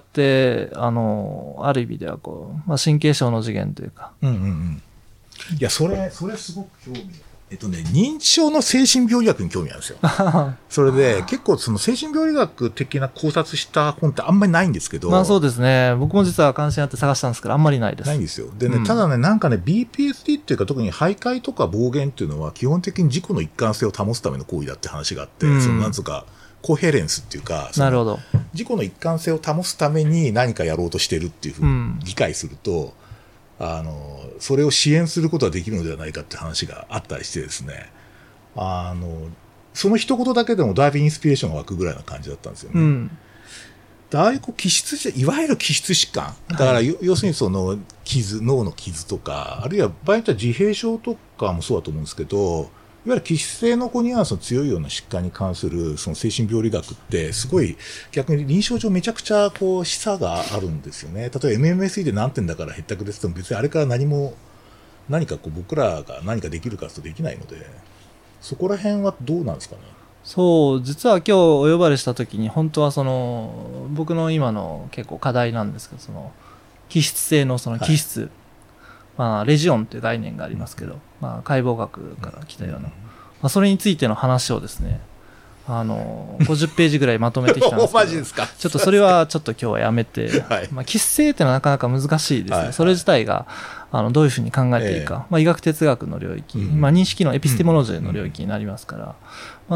ある意味ではこう、神経症の次元というか。 いや、それすごく興味。認知症の精神病理学に興味あるんですよ。それで、結構その精神病理学的な考察した本ってあんまりないんですけど。 そうですね。僕も実は関心あって探したんですけど、あんまりないです。 ないんですよ。でね、ただね、なんかね、BPSD っていうか特に徘徊とか暴言っていうのは基本的に自己の一貫性を保つための行為だって話があって、そのなんつうか、コヘレンスっていうか、 なるほど。 自己の一貫性を保つために何かやろうとしてるっていうふうに理解すると、それを支援することができるのではないかって話があったりしてですね、その一言だけでもだいぶインスピレーションが湧くぐらいな感じだったんですよね。ああいういわゆる気質疾患。だから、要するにその脳の傷とか、あるいは場合によっては自閉症とかもそうだと思うんですけど、いわゆる気質性のニュアンスの強いような疾患に関するその精神病理学ってすごい逆に臨床上めちゃくちゃこう示唆があるんですよね。例えば MMSE で何点だからへったくれてても別にあれから何かこう僕らが何かできるかとできないので、そこら辺はどうなんですかね。 そう、実は今日お呼ばれした時に本当はその僕の今の結構課題なんですけど、その気質性のその気質、レジオンという概念がありますけど、解剖学から来たような、それについての話をですね、50ページぐらいまとめてきたんですけどマジですか。 ちょっとそれはちょっと今日はやめて、気質性ってのはなかなか難しいですね。それ自体がどういうふうに考えていいか、医学哲学の領域、認識のエピステモロジーの領域になりますから、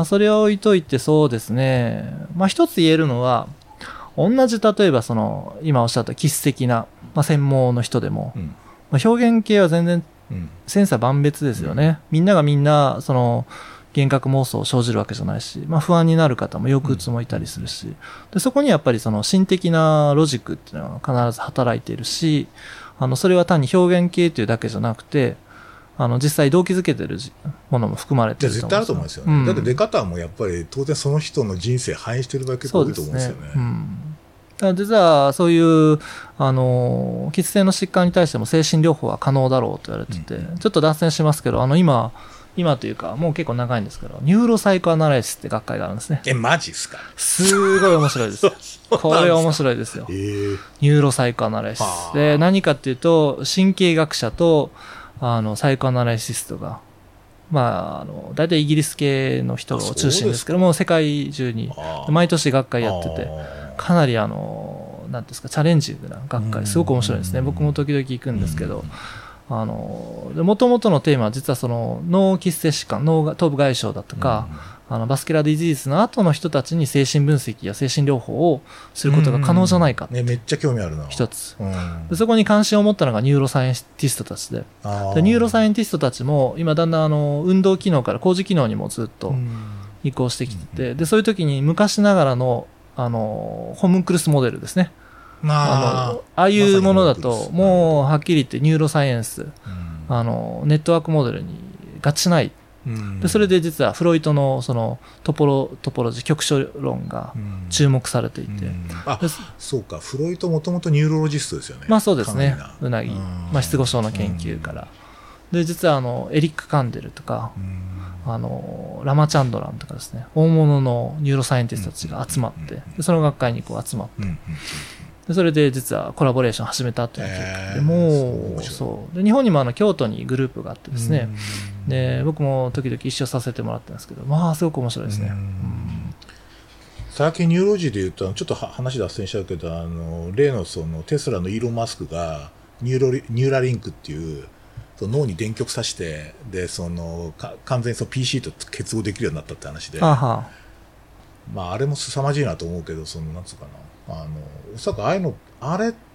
それを置いといてそうですね、一つ言えるのは、同じ例えばその今おっしゃった気質的な、専門の人でも、表現系は全然千差万別ですよね。みんながみんなその幻覚妄想を生じるわけじゃないし、不安になる方も抑うつもいたりするし、でそこにやっぱりその心的なロジックっていうのは必ず働いているし、それは単に表現系というだけじゃなくて、実際動機づけてるものも含まれてると思うんですよ。 絶対あると思うんですよね。だって出方もやっぱり当然その人の人生反映してる場合結構多いと思うんですよね。 実はそういう気質性の疾患に対しても精神療法は可能だろうと言われてて、ちょっと脱線しますけど、今というかもう結構長いんですけど、ニューロサイコアナライシスって学会があるんですね。 マジっすか。 すごい面白いですこれ面白いですよ。ニューロサイコアナライシスで、何かっていうと神経学者とサイコアナライシストが大体イギリス系の人を中心ですけども、世界中に毎年学会やってて、かなりなんですか、チャレンジングな学会、すごく面白いですね。僕も時々行くんですけど、もともとのテーマは実はその脳気質性疾患、頭部外傷だとか、バスキュラーディジーズの後の人たちに精神分析や精神療法をすることが可能じゃないか、 めっちゃ興味あるな。 一つ、でそこに関心を持ったのがニューロサイエンティストたちで、ニューロサイエンティストたちも今だんだん運動機能から高次機能にもずっと移行してきてて、でそういう時に昔ながらのホムンクルスモデルですね、ああいうものだともうはっきり言ってニューロサイエンス、ネットワークモデルに合致しない。でそれで実はフロイトのそのトポロジー局所論が注目されていて、 そうか、フロイトもともとニューロロジストですよね。 そうですね、うなぎ、失語症の研究から、で実はエリック・カンデルとか、ラマチャンドランとかですね、大物のニューロサイエンティストたちが集まって、でその学会にこう集まって、でそれで実はコラボレーション始めたという計画で、もうそうで日本にも京都にグループがあってですね、で僕も時々一緒させてもらってるんですけど、すごく面白いですね。 最近ニューロジーでいうとちょっと話脱線しちゃうけど、例のそのテスラのイーロン・マスクがニューラリンクっていう脳に電極さしてで完全にPC と結合できるようになったって話で、あれも凄まじいなと思うけど、なんつうかな、おそらくあ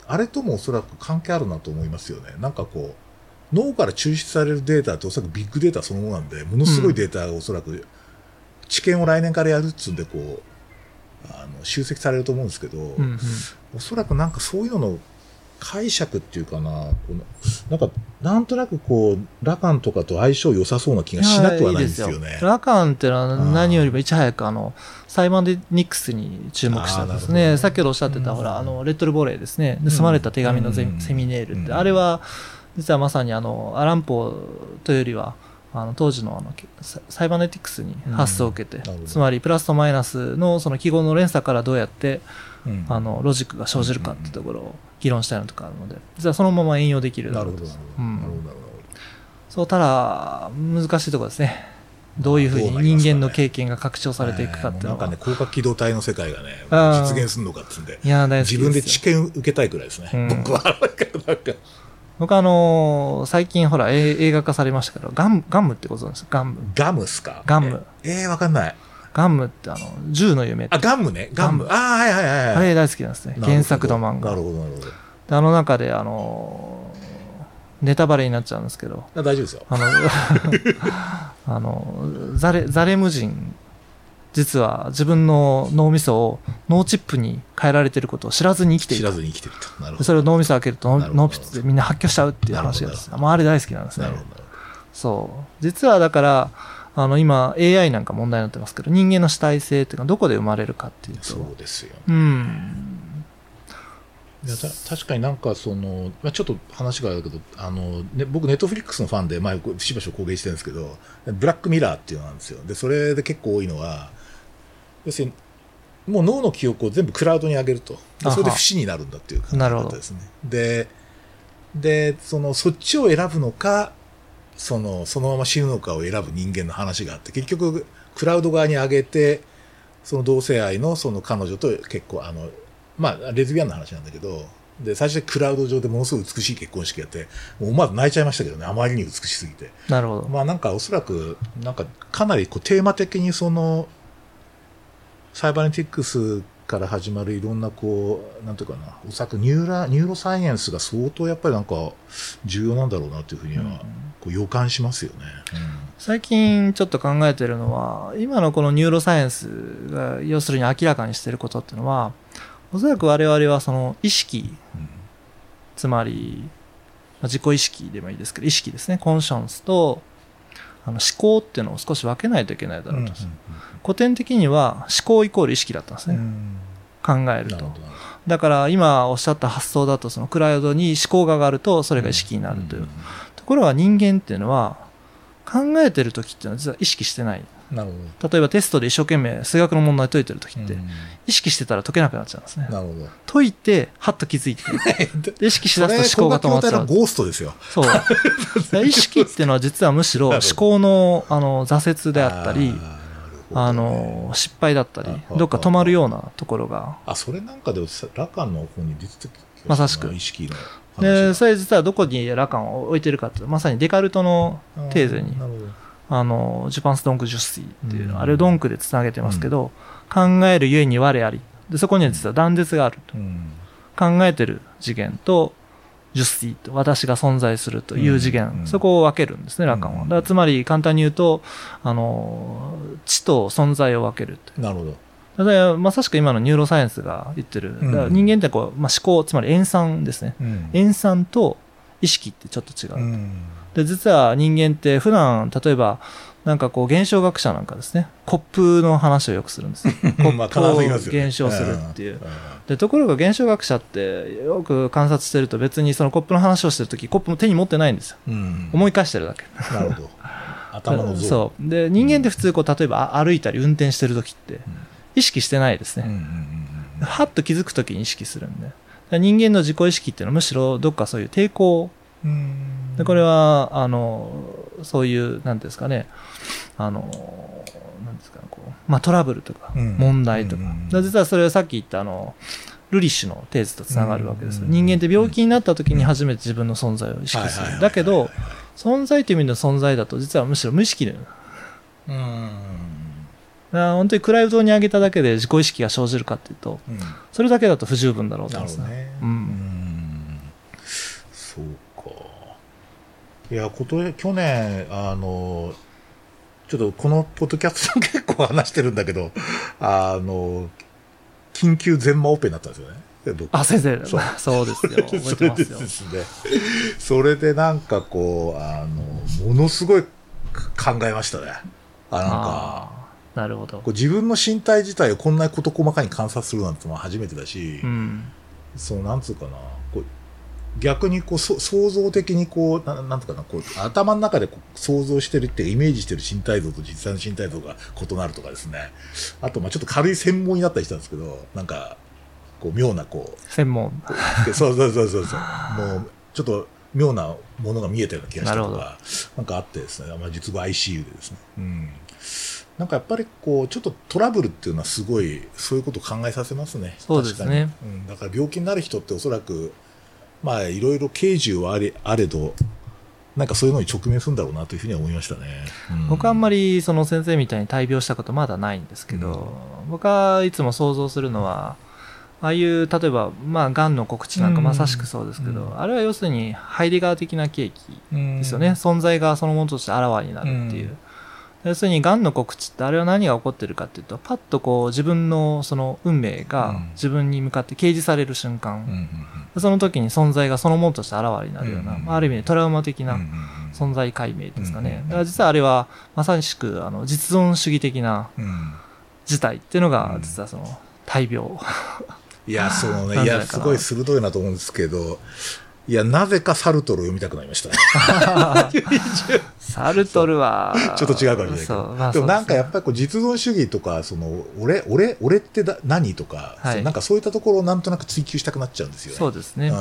あれともおそらく関係あるなと思いますよね。なんかこう、脳から抽出されるデータっておそらくビッグデータそのものなんで、ものすごいデータがおそらく、治験を来年からやるっつうんで、こう、集積されると思うんですけど、おそらくなんかそういうのの解釈っていうかな、なんとなくこう、ラカンとかと相性良さそうな気がしなくはないんですよね。 ラカンってのは何よりもいち早くサイバネニクスに注目したんですね。先ほどおっしゃってた、ほら、レッドルボレーですね。盗まれた手紙のセミネールって、あれは、実はまさにアランポーというよりは、当時のサイバネティクスに発想を受けて、つまりプラスとマイナスのその記号の連鎖からどうやって、ロジックが生じるかっていうところを議論したいのとかあるので、実はそのまま援用できるだろうと。そう、ただ、難しいところですね。どういうふうに人間の経験が拡張されていくかっていうのが。 なんかね、広角機動隊の世界がね、実現するのかっていうんで、自分で知見受けたいくらいですね。僕は。 僕最近ほら映画化されましたけど、ガムってご存知ですか？ ガムっすか？ ガム。 わかんない。 ガムって銃の夢って。 ガムね。ガム。はいはいはい。 あれ大好きなんですね。原作の漫画。 なるほどなるほど。 で中でネタバレになっちゃうんですけど。 大丈夫ですよ。 ザレム人、実は自分の脳みそを脳チップに変えられていることを知らずに生きている。 知らずに生きていると。なるほど。 それを脳みそ開けると脳ピッツでみんな発狂しちゃうっていう話がです。あれ大好きなんですね。そう。実はだから、今 AI なんか問題になってますけど、人間の主体性っていうのはどこで生まれるかっていうと。 そうですよね。確かになんかちょっと話があるけど、僕ネットフリックスのファンで前しばしば公言してるんですけど、ブラックミラーっていうのなんですよ。で、それで結構多いのは、要するにもう脳の記憶を全部クラウドに上げると。それで不死になるんだっていう考え方ですね。で、そっちを選ぶのか、そのまま死ぬのかを選ぶ人間の話があって、結局クラウド側に上げて、その同性愛のその彼女と結構レズビアンの話なんだけど、で、最初にクラウド上でものすごい美しい結婚式やって、もう思わず泣いちゃいましたけどね、あまりに美しすぎて。 なるほど。 なんかおそらく、なんかかなりこうテーマ的にサイバネティクスから始まるいろんななんていうかな、おそらくニューロサイエンスが相当やっぱりなんか重要なんだろうなというふうには予感しますよね。 最近ちょっと考えてるのは、今のこのニューロサイエンスが要するに明らかにしていることっていうのは、おそらく我々はその意識、つまり自己意識でもいいですけど、意識ですね、コンションスと思考っていうのを少し分けないといけないだろうと。古典的には思考イコール意識だったんですね。考えると。だから今おっしゃった発想だと、そのクラウドに思考が上がるとそれが意識になるという。ところが人間っていうのは考えてる時っていうのは実は意識してない。 なるほど。 例えばテストで一生懸命数学の問題解いてる時って意識してたら解けなくなっちゃうんですね。なるほど。解いてはっと気づいて意識しだすと思考が止まっちゃう。 ゴーストですよ。 そう。意識っていうのは実はむしろ思考の挫折であったり、失敗だったり、どっか止まるようなところが。 それなんかでラカンの方に出てきまさしく。 意識の。 で、それ実はどこにラカンを置いてるかっていうと、まさにデカルトのテーゼに。ジュパンスドンク・ジュスティっていうの、あれをドンクでつなげてますけど、考えるゆえに我あり。で、そこには実は断絶があると。考えてる次元と、ジュスティと私が存在するという次元、そこを分けるんですね、ラカンは。だからつまり簡単に言うと、知と存在を分けるという。 なるほど。 だからまさしく今のニューロサイエンスが言ってる。だから人間って思考、つまり塩酸ですね。塩酸と意識ってちょっと違う。で、実は人間って普段、例えば、なんか現象学者なんかですね、コップの話をよくするんですよ。コップを現象するっていう。で、ところが現象学者ってよく観察してると別にそのコップの話をしてるとき、コップも手に持ってないんですよ。思い返してるだけ。 なるほど。頭の像。 そう。で、人間って普通例えば歩いたり運転してるときって、意識してないですね。はっと気づくときに意識するんで。人間の自己意識っていうのはむしろどっかそういう抵抗で、これはそういうなんですかね、なんですかね、トラブルとか問題とか、実はそれはさっき言ったルリッシュのテーゼとつながるわけです。人間って病気になった時に初めて自分の存在を意識する。だけど存在という意味の存在だと実はむしろ無意識で。本当にクラウドに上げただけで自己意識が生じるかっていうと、それだけだと不十分だろうと思いますね。 そうか。いや、去年、ちょっとこのポッドキャストで結構話してるんだけど、緊急全麻オペになったんですよね。 あ、先生、そうですよ。覚えてますよ。 それでなんかこう、ものすごい考えましたね。 なるほど。 自分の身体自体をこんな事細かに観察するなんてのは初めてだし、なんつうかな、逆に創造的になんとかな、頭の中で想像してるってイメージしてる身体像と実際の身体像が異なるとかですね。あと、ちょっと軽い専門になったりしたんですけど、なんか、妙な専門。 そう。もう、ちょっと妙なものが見えたような気がしたとか、なんかあってですね、術後 ICU でですね。なんかやっぱりちょっとトラブルっていうのはすごい、そういうことを考えさせますね。 そうですね。 だから病気になる人っておそらく、いろいろ軽重はあれど、なんかそういうのに直面するんだろうなというふうには思いましたね。 僕はあんまりその先生みたいに大病したことまだないんですけど、僕はいつも想像するのは、ああいう例えばがんの告知なんかまさしくそうですけど、あれは要するにハイデガー的な契機ですよね。存在がそのものとしてあらわになるっていう。要するにがんの告知ってあれは何が起こってるかっていうと、パッと自分のその運命が自分に向かって掲示される瞬間、その時に存在がそのものとしてあらわになるような、ある意味でトラウマ的な存在解明ですかね。だから実はあれはまさしく実存主義的な事態っていうのが実はその大病。 いや、いや、すごい鋭いなと思うんですけど、いや、なぜかサルトルを読みたくなりましたね。 サルトルは、 ちょっと違うかもしれないけど。でもなんかやっぱり実存主義とか、俺って何とか、なんかそういったところをなんとなく追求したくなっちゃうんですよね。 そうですね。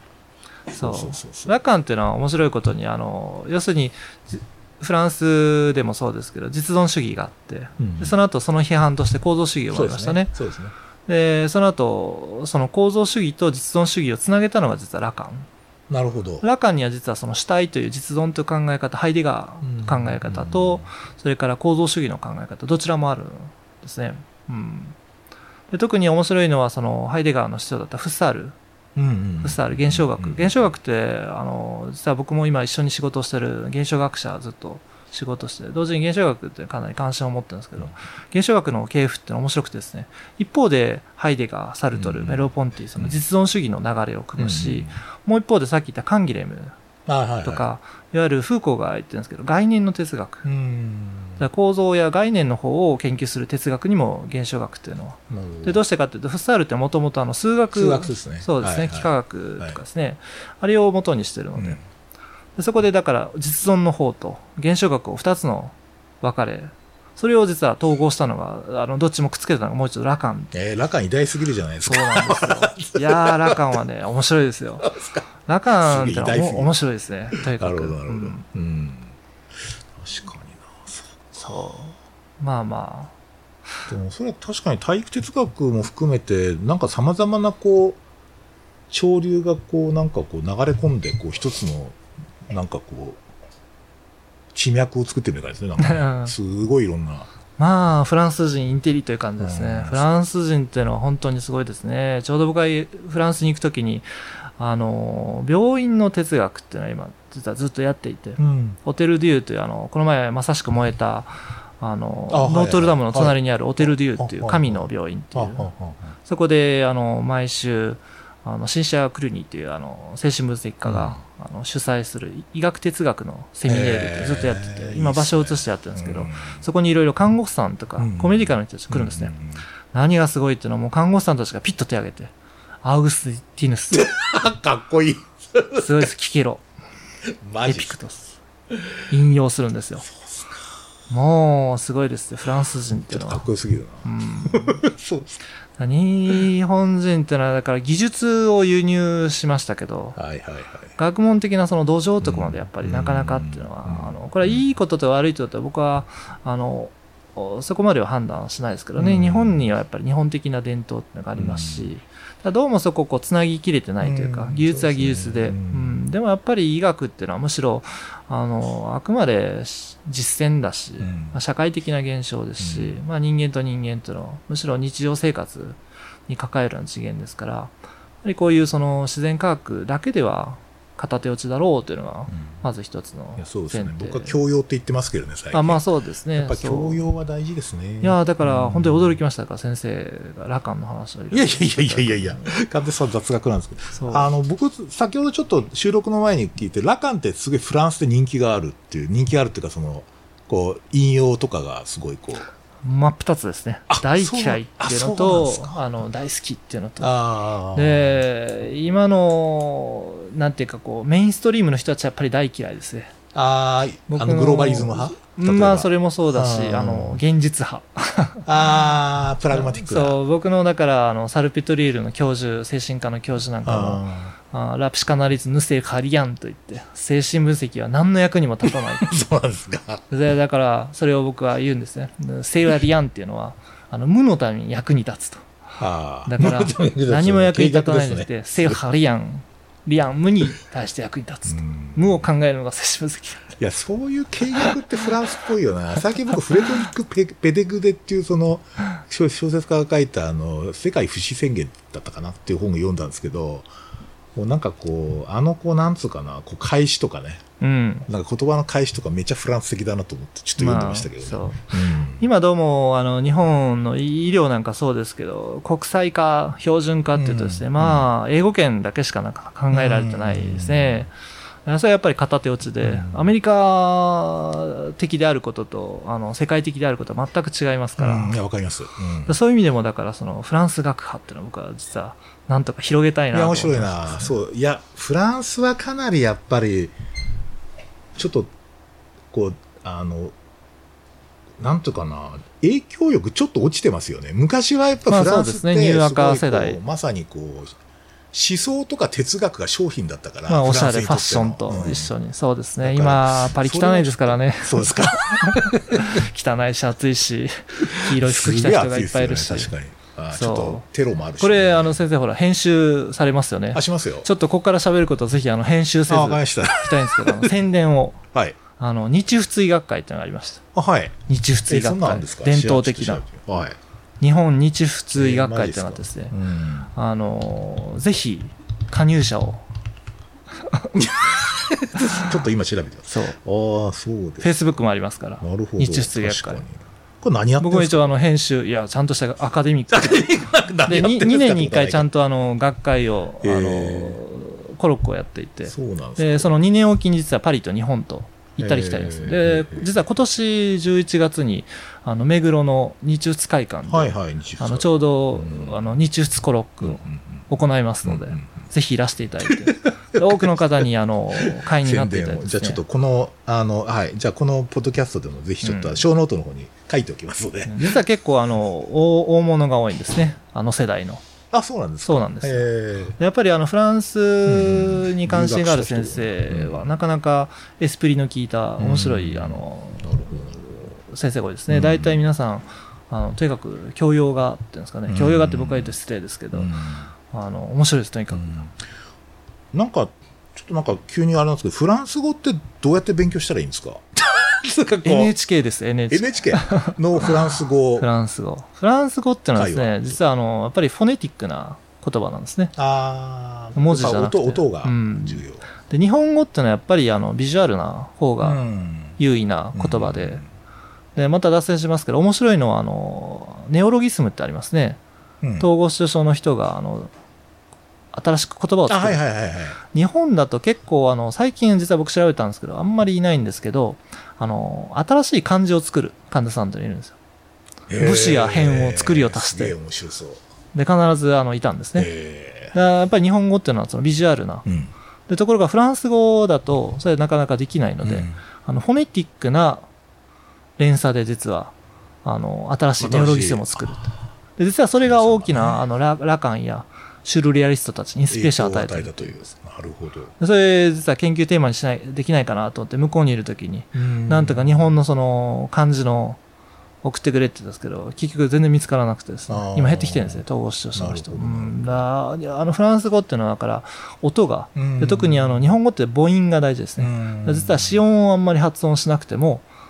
ラカンっていうのは面白いことに、要するに、フランスでもそうですけど、実存主義があって、その後その批判として構造主義が生まれましたね。 そうですね。 で、その後、その構造主義と実存主義をつなげたのが実はラカン。 なるほど。 ラカンには実はその主体という実存という考え方、ハイデガー考え方と、それから構造主義の考え方、どちらもあるんですね。で特に面白いのは、そのハイデガーの師匠だったフッサール。フッサール、現象学。現象学って、実は僕も今一緒に仕事をしてる現象学者ずっと仕事して、同時に現象学ってかなり関心を持ってるんですけど、現象学の系譜ってのは面白くてですね、一方でハイデガー、サルトル、メローポンティ、その実存主義の流れを組むし、もう一方でさっき言ったカンギレムとか、いわゆるフーコーが言ってるんですけど、概念の哲学。構造や概念の方を研究する哲学にも現象学っていうのは。で、どうしてかっていうと、フッサールってもともと数学ですね。 そうですね、幾何学とかですね、あれを元にしてるので、そこでだから実存の方と現象学を2つの分かれ、それを実は統合したのが、どっちもくっつけたのがもう一度ラカン。 ラカン偉大すぎるじゃないですか。 そうなんですよ。いやー、ラカンはね、面白いですよ。ラカンってのは面白いですね。とにかく。 なるほど、なるほど。確かにな。 そう。まあまあ。でもそれは確かに体育哲学も含めて、なんか様々な潮流がなんか流れ込んで、一つの、なんか地脈を作ってるみたいですね。なんかすごいいろんな。 まあ、フランス人インテリという感じですね。フランス人っていうのは本当にすごいですね。ちょうど僕がフランスに行くときに、病院の哲学っていうのは今、実はずっとやっていて、オテル・デューというこの前まさしく燃えた、ノートルダムの隣にあるオテル・デューっていう神の病院っていう、そこで毎週、シンシャ・クルニーという精神分析家が、主催する医学哲学のセミネールってずっとやってて、今場所を移してやってるんですけど、そこにいろいろ看護師さんとかコメディカルの人たち来るんですね。何がすごいっていうのはもう看護師さんたちがピッと手を挙げて、アウグスティヌス。 かっこいい。 すごいです、キケロ。エピクトス。引用するんですよ。もうすごいですよ、フランス人っていうのは。 かっこよすぎるな。そうですか。 日本人ってのはだから技術を輸入しましたけど、学問的なその土壌とかまでやっぱりなかなかっていうのは、これはいいことと悪いことと僕はそこまでは判断しないですけどね、日本にはやっぱり日本的な伝統っていうのがありますし、どうもそこをつなぎきれてないというか、技術は技術で、でもやっぱり医学っていうのはむしろあくまで実践だし、社会的な現象ですし、人間と人間っていうのはむしろ日常生活に抱えるような次元ですから、やはりこういうその自然科学だけでは片手落ちだろうというのがまず一つの前提、 そうですね、僕は教養って言ってますけどね最近。 まあそうですね、 やっぱ教養は大事ですね。 いやだから本当に驚きましたから、先生が羅漢の話をいや完全に雑学なんですけど、僕先ほどちょっと収録の前に聞いて、羅漢ってすごいフランスで人気があるっていうか、そのこう引用とかがすごいこう真っ二つですね。大嫌いっていうのと、大好きっていうのと。で、今の、なんていうかこう、メインストリームの人たちはやっぱり大嫌いですね。 グローバリズム派？ まあ、それもそうだし、現実派。 プラグマティックな。 そう、僕の、だから、サルピトリールの教授、精神科の教授なんかも、ラプシカナリズ・ヌセカリアンといって、精神分析は何の役にも立たない。 そうなんですか。 だから、それを僕は言うんですね。セイラリアンっていうのは、無のために役に立つと。だから、何も役に立たないんじゃなくて、セイラリアン、無に対して役に立つと。無を考えるのが精神分析。 いや、そういう計画ってフランスっぽいよな。最近僕、フレドリック・ペデグデっていうその小説家が書いた世界不死宣言だったかなっていう本を読んだんですけど、もうなんかこう、なんつうかな、こう返しとかね、なんか言葉の返しとかめっちゃフランス的だなと思ってちょっと読んでましたけどね。 今どうも日本の医療なんかそうですけど、国際化、標準化っていうとですね、英語圏だけしかなんか考えられてないですね。それはやっぱり片手落ちで、アメリカ的であることと世界的であることは全く違いますから。 いや、わかります。 そういう意味でもだからそのフランス学派っていうのは僕は実はなんとか広げたいなと思ってます。 いや、面白いな。そう。いや、フランスはかなりやっぱりちょっとこうなんとかな、影響力ちょっと落ちてますよね。昔はやっぱフランスってニューアカ世代、 まさにこう思想とか哲学が商品だったから、 おしゃれファッションと一緒に、そうですね。今パリ汚いですからね。 そうですか。 汚いし暑いし、黄色い服着た人がいっぱいいるし。 確かに。ちょっとテロもあるし。 これ先生ほら編集されますよね。 しますよ。 ちょっとここから喋ることをぜひ編集せずしたいんですけど、宣伝を。 はい。 日仏医学会っていうのがありました。 はい。 日仏医学会。伝統的な。 はい。 日本日仏医学会っていうのがですね、ぜひ加入者をちょっと今調べてます。 そう。 そうです。 フェイスブックもありますから。 なるほど。 日仏医学会。 これ何やってるんですか？僕も一応編集、いや、ちゃんとしたアカデミックで、2年に1回ちゃんと学会を、コロックをやっていて、 そうなんですか。 で、その2年おきに実はパリと日本と行ったり来たりです。で、実は今年11月に、目黒の日仏会館で、ちょうど、日仏コロックを行いますので、ぜひいらしていただいて、多くの方に会員になっていただいて、 じゃあちょっとこのじゃあこのポッドキャストでもぜひちょっと小ノートの方に書いておきますので、 実は結構大物が多いんですね、世代の。 そうなんですか。 そうなんです。やっぱりフランスに関心がある先生はなかなかエスプリの効いた面白い先生が多いですね。大体皆さんとにかく教養がっていうんですかね、教養がって僕は言って失礼ですけど、面白いです。とにかくなんかちょっとなんか急にあれなんですけど、フランス語ってどうやって勉強したらいいんですか ？NHK です。 NHK のフランス語。 フランス語っていうのはですね、実はやっぱりフォネティックな言葉なんですね。文字じゃなくて音が重要。 で、日本語っていうのはやっぱりビジュアルな方が優位な言葉で、でまた脱線しますけど、面白いのはネオロギスムってありますね。統合失調症の人が新しく言葉を作る。日本だと結構最近実は僕調べたんですけど、あんまりいないんですけど、新しい漢字を作る患者さんというのがいるんですよ。武士や変を作りを足して。で、必ずいたんですね。やっぱり日本語っていうのはそのビジュアルな。で、ところがフランス語だと、それなかなかできないので、フォネティックな連鎖で実は、新しいネオロギスムを作る。で、実はそれが大きな、ラカンや、シュルレアリストたちにインスピレーションを与えたという。 なるほど。 それ実は研究テーマにできないかなと思って向こうにいるときに、なんとか日本のその漢字の送ってくれって言ったんですけど、結局全然見つからなくてですね、今減ってきてるんですね、統合失調症の人。フランス語っていうのはだから音が、で特に日本語って母音が大事ですね。実は子音をあんまり発音しなくても、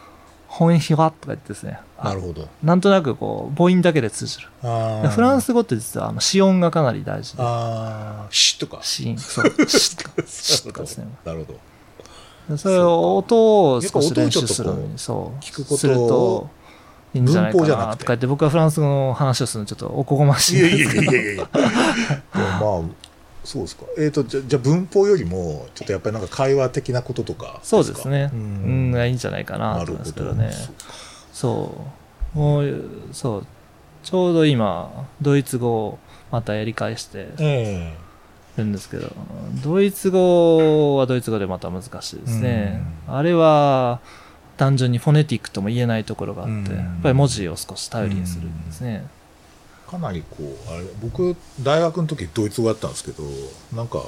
本ヒワとか言ってですね。 なるほど。 なんとなくこう母音だけで通じる。フランス語って実は子音がかなり大事で。 しとか。 しそうしとかしとかですね。 なるほど。それを音を少し練習するのにそう聞くことをするといいんじゃないかなとか言って、僕はフランス語の話をするのちょっとおこがましいんですけど。 いやまあそうですか。じゃあ文法よりもちょっとやっぱりなんか会話的なこととかそうですね。がいいんじゃないかなと思いますけどね。そうもうそうちょうど今ドイツ語をまたやり返してるんですけど、ドイツ語はドイツ語でまた難しいですね。あれは単純にフォネティックとも言えないところがあって、やっぱり文字を少し頼りにするんですね。 かなりこうあれ僕大学の時ドイツ語やったんですけどなんか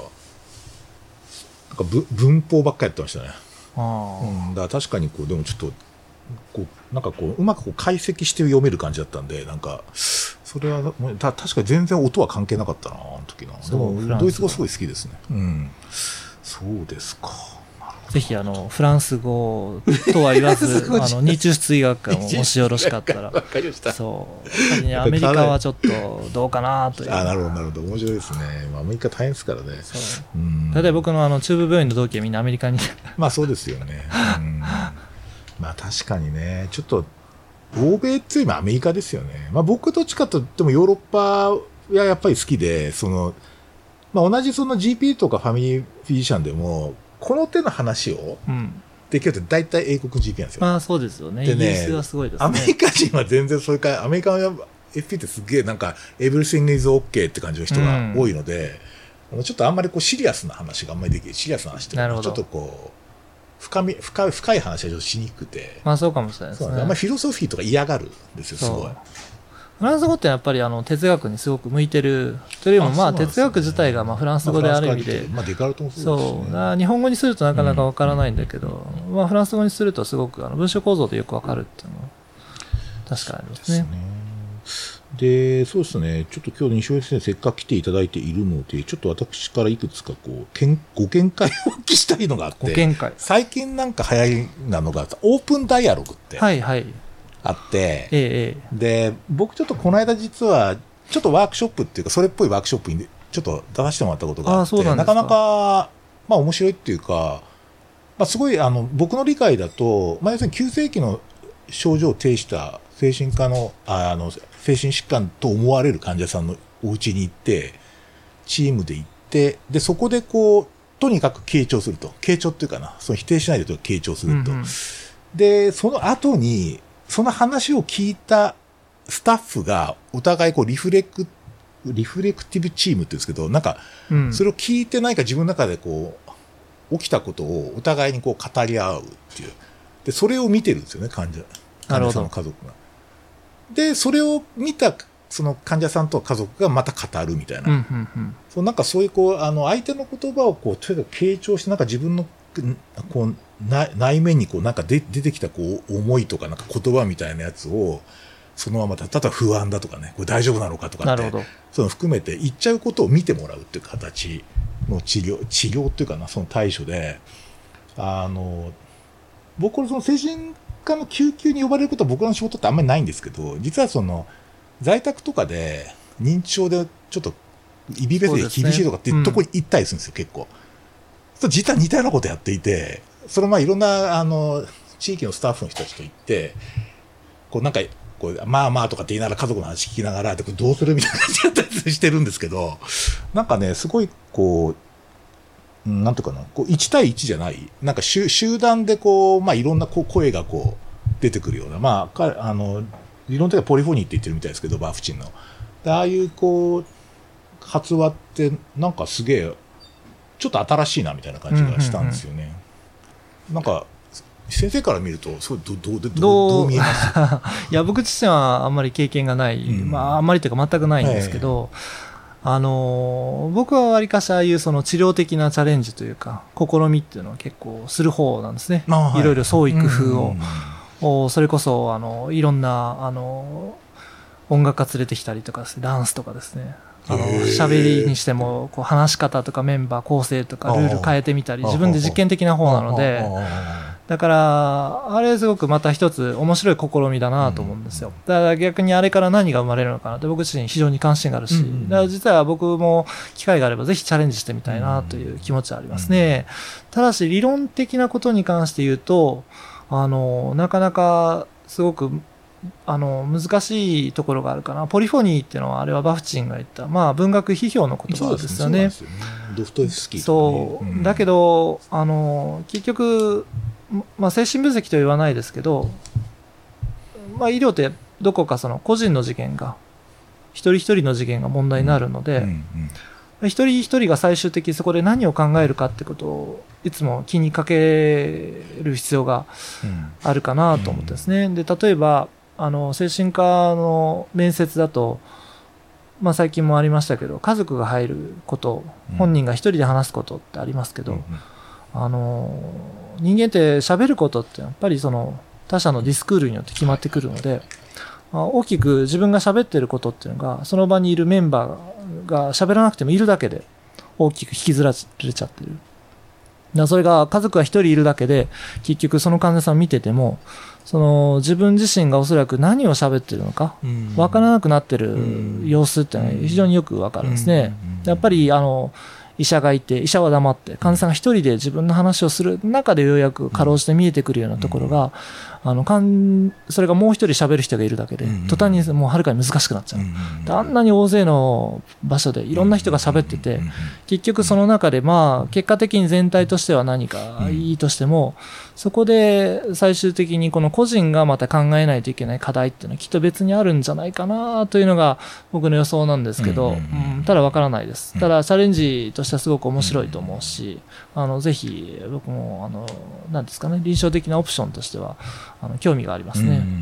文法ばっかりやってましたね。だから確かにこうでもちょっとこうなんかこううまくこう解析して読める感じだったんでなんかそれは確かに全然音は関係なかったなあの時の。でもドイツ語すごい好きですね。そうですか。 ぜひフランス語とは言わず日出医学科ももしよろしかったらそうアメリカはちょっとどうかなという。 なるほどなるほど面白いですね。アメリカ大変ですからね。 例えば僕の中部病院の同期はみんなアメリカにまあそうですよね。まあ確かにねちょっと欧米っていうよりもアメリカですよね。まあ僕どっちかといってもヨーロッパはやっぱり好きでまあ同じGP とかファミリーフィジシャンでもこの手の話をできると大体英国 GP なんですよ。 そうですよね。イギリスはすごいですね。 アメリカ人は全然そういうかアメリカは FP ってすげえなんか Everything is OK って感じの人が多いので、ちょっとあんまりこうシリアスな話があんまりできない。シリアスな話ってちょっとこう深い話はちょっとしにくくて。 そうかもしれないですね。 あんまりフィロソフィーとか嫌がるんですよすごい。 フランス語ってやっぱり哲学にすごく向いてるというよりも哲学自体がフランス語である意味で日本語にするとなかなかわからないんだけどフランス語にするとすごく文章構造でよくわかるっていうのは確かにありますね。 でそうですねちょっと今日西尾先生せっかく来ていただいているのでちょっと私からいくつかご見解をお聞きしたいのがあって最近なんか流行りなのがオープンダイアログってあって、で僕ちょっとこの間実はちょっとワークショップっていうかそれっぽいワークショップにちょっと出させてもらったことがあってなかなか面白いっていうか、すごい僕の理解だと、要するに急性期の症状を呈した精神科の精神疾患と思われる患者さんのお家に行ってチームで行ってでそこでとにかく傾聴すると傾聴っていうかな否定しないでと傾聴すると、でその後にその話を聞いたスタッフがお互いリフレクティブチームって言うんですけどなんかそれを聞いて何か自分の中で起きたことをお互いに語り合うっていうでそれを見てるんですよね患者さんの家族が。でそれを見たその患者さんと家族がまた語るみたいな、なんかそういう相手の言葉をとにかく傾聴してなんか自分の内面になんか出てきた思いとかなんか言葉みたいなやつをそのまま例えば不安だとかねこれ大丈夫なのかとかってその含めて言っちゃうことを見てもらうっていう形の治療っていうかなその対処で僕これその精神科の救急に呼ばれることは僕の仕事ってあんまりないんですけど実は在宅とかで認知症でちょっとイビベスで厳しいとかっていうところに行ったりするんですよ、結構。実は似たようなことやっていてそれいろんな地域のスタッフの人たちと行ってなんかまあまあとかって言いながら家族の話聞きながらどうするみたいな感じだったりしてるんですけどなんかねすごいなんていうかな1対1じゃないなんか集団でいろんな声が出てくるような理論的にはポリフォニーって言ってるみたいですけどバーフチンのああいう発話ってなんかすげえちょっと新しいなみたいな感じがしたんですよね。なんか先生から見るとそれどう見えますいや僕自身はあんまり経験がない、あんまりというか全くないんですけど、僕はわりかしああいう治療的なチャレンジというか試みっていうのは結構する方なんですね。いろいろ創意工夫を、それこそいろんな音楽家連れてきたりとかダンスとかですね喋りにしても話し方とかメンバー構成とかルール変えてみたり自分で実験的な方なのでだからあれすごくまた一つ面白い試みだなと思うんですよ。だから逆にあれから何が生まれるのかなって僕自身非常に関心があるし、だから実は僕も機会があればぜひチャレンジしてみたいなという気持ちはありますね。ただし理論的なことに関して言うとなかなかすごく難しいところがあるかな。ポリフォニーっていうのはあれはバフチンが言った、まあ、文学批評の言葉ですよね。 ドストエフスキーとかね。そう、だけど結局、まあ、精神分析とは言わないですけど、まあ、医療ってどこかその個人の事件が一人一人の事件が問題になるので、一人一人が最終的にそこで何を考えるかってことをいつも気にかける必要があるかなと思ってですね。で例えば精神科の面接だと、まあ、最近もありましたけど家族が入ること、本人が一人で話すことってありますけど、人間って喋ることってやっぱりその他者のディスクールによって決まってくるので、大きく自分が喋ってることっていうのがその場にいるメンバーが喋らなくてもいるだけで大きく引きずられちゃってる。それが家族が一人いるだけで結局その患者さんを見ててもその自分自身がおそらく何を喋ってるのか分からなくなってる様子っていうのは非常によく分かるんですね。やっぱり医者がいて医者は黙って患者さんが一人で自分の話をする中でようやくかろうじて見えてくるようなところがそれがもう一人喋る人がいるだけで途端にもうはるかに難しくなっちゃう。あんなに大勢の場所でいろんな人が喋ってて結局その中でまあ結果的に全体としては何かいいとしてもそこで最終的にこの個人がまた考えないといけない課題っていうのはきっと別にあるんじゃないかなというのが僕の予想なんですけど、ただわからないです。ただチャレンジとしてはすごく面白いと思うしぜひ僕も何ですかね臨床的なオプションとしては興味がありますね。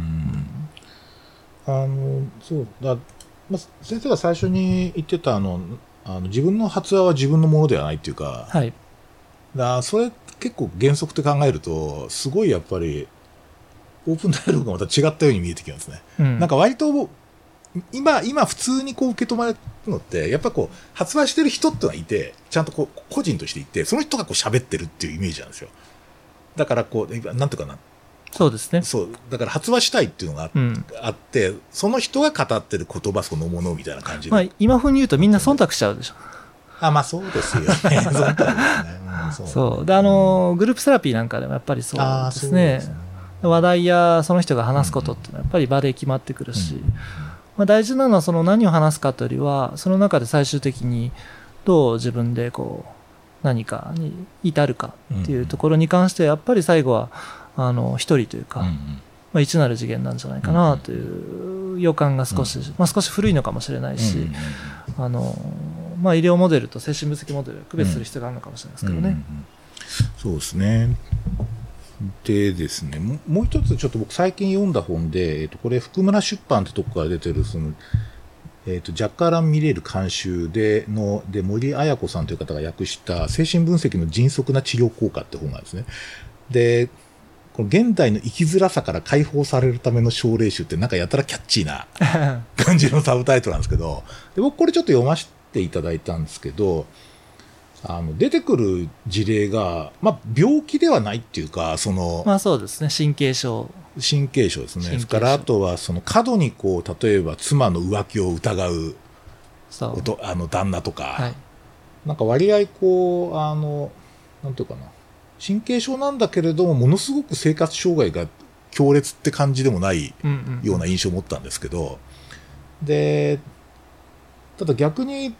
そうだ、まあ、先生が最初に言ってた自分の発話は自分のものではないっていうか、 はい、 それ結構原則って考えるとすごいやっぱりオープンダイアログがまた違ったように見えてきますね。なんか割と今普通にこう受け止まれるのってやっぱこう発話してる人ってのはいてちゃんとこう個人としていてその人がこう喋ってるっていうイメージなんですよ。だからこうなんていうかな、 そうですね。 そうだから発話したいっていうのがあって、その人が語ってる言葉そのものみたいな感じで、 まあ、今風に言うとみんな忖度しちゃうでしょ。 まあそうですよね。忖度ですね。 そうでグループセラピーなんかでもやっぱりそうですね。話題やその人が話すことっていうのはやっぱり場で決まってくるし、まあ、大事なのはその何を話すかというよりはその中で最終的にどう自分でこう何かに至るかっていうところに関してやっぱり最後は一人というか、まあ、一なる次元なんじゃないかなという予感が少し、まあ、少し古いのかもしれないし、まあ、医療モデルと精神分析モデルを区別する必要があるのかもしれないですけどね。 そうですね。でですね、もう一つちょっと僕最近読んだ本で、これ福村出版ってとこから出てるそのジャック・アラン・ミレール監修で森彩子さんという方が訳した精神分析の迅速な治療効果って本があるんですね。でこの現代の生きづらさから解放されるための症例集ってなんかやたらキャッチーな感じのサブタイトルなんですけど、で僕これちょっと読ませていただいたんですけど、出てくる事例が、まあ、病気ではないっていうかまあそうですね、神経症ですね。それからあとは過度にこう例えば妻の浮気を疑うこと旦那とか、はい、なんか割合こうなんていうかな、神経症なんだけれどもものすごく生活障害が強烈って感じでもないような印象を持ったんですけど、でただ逆に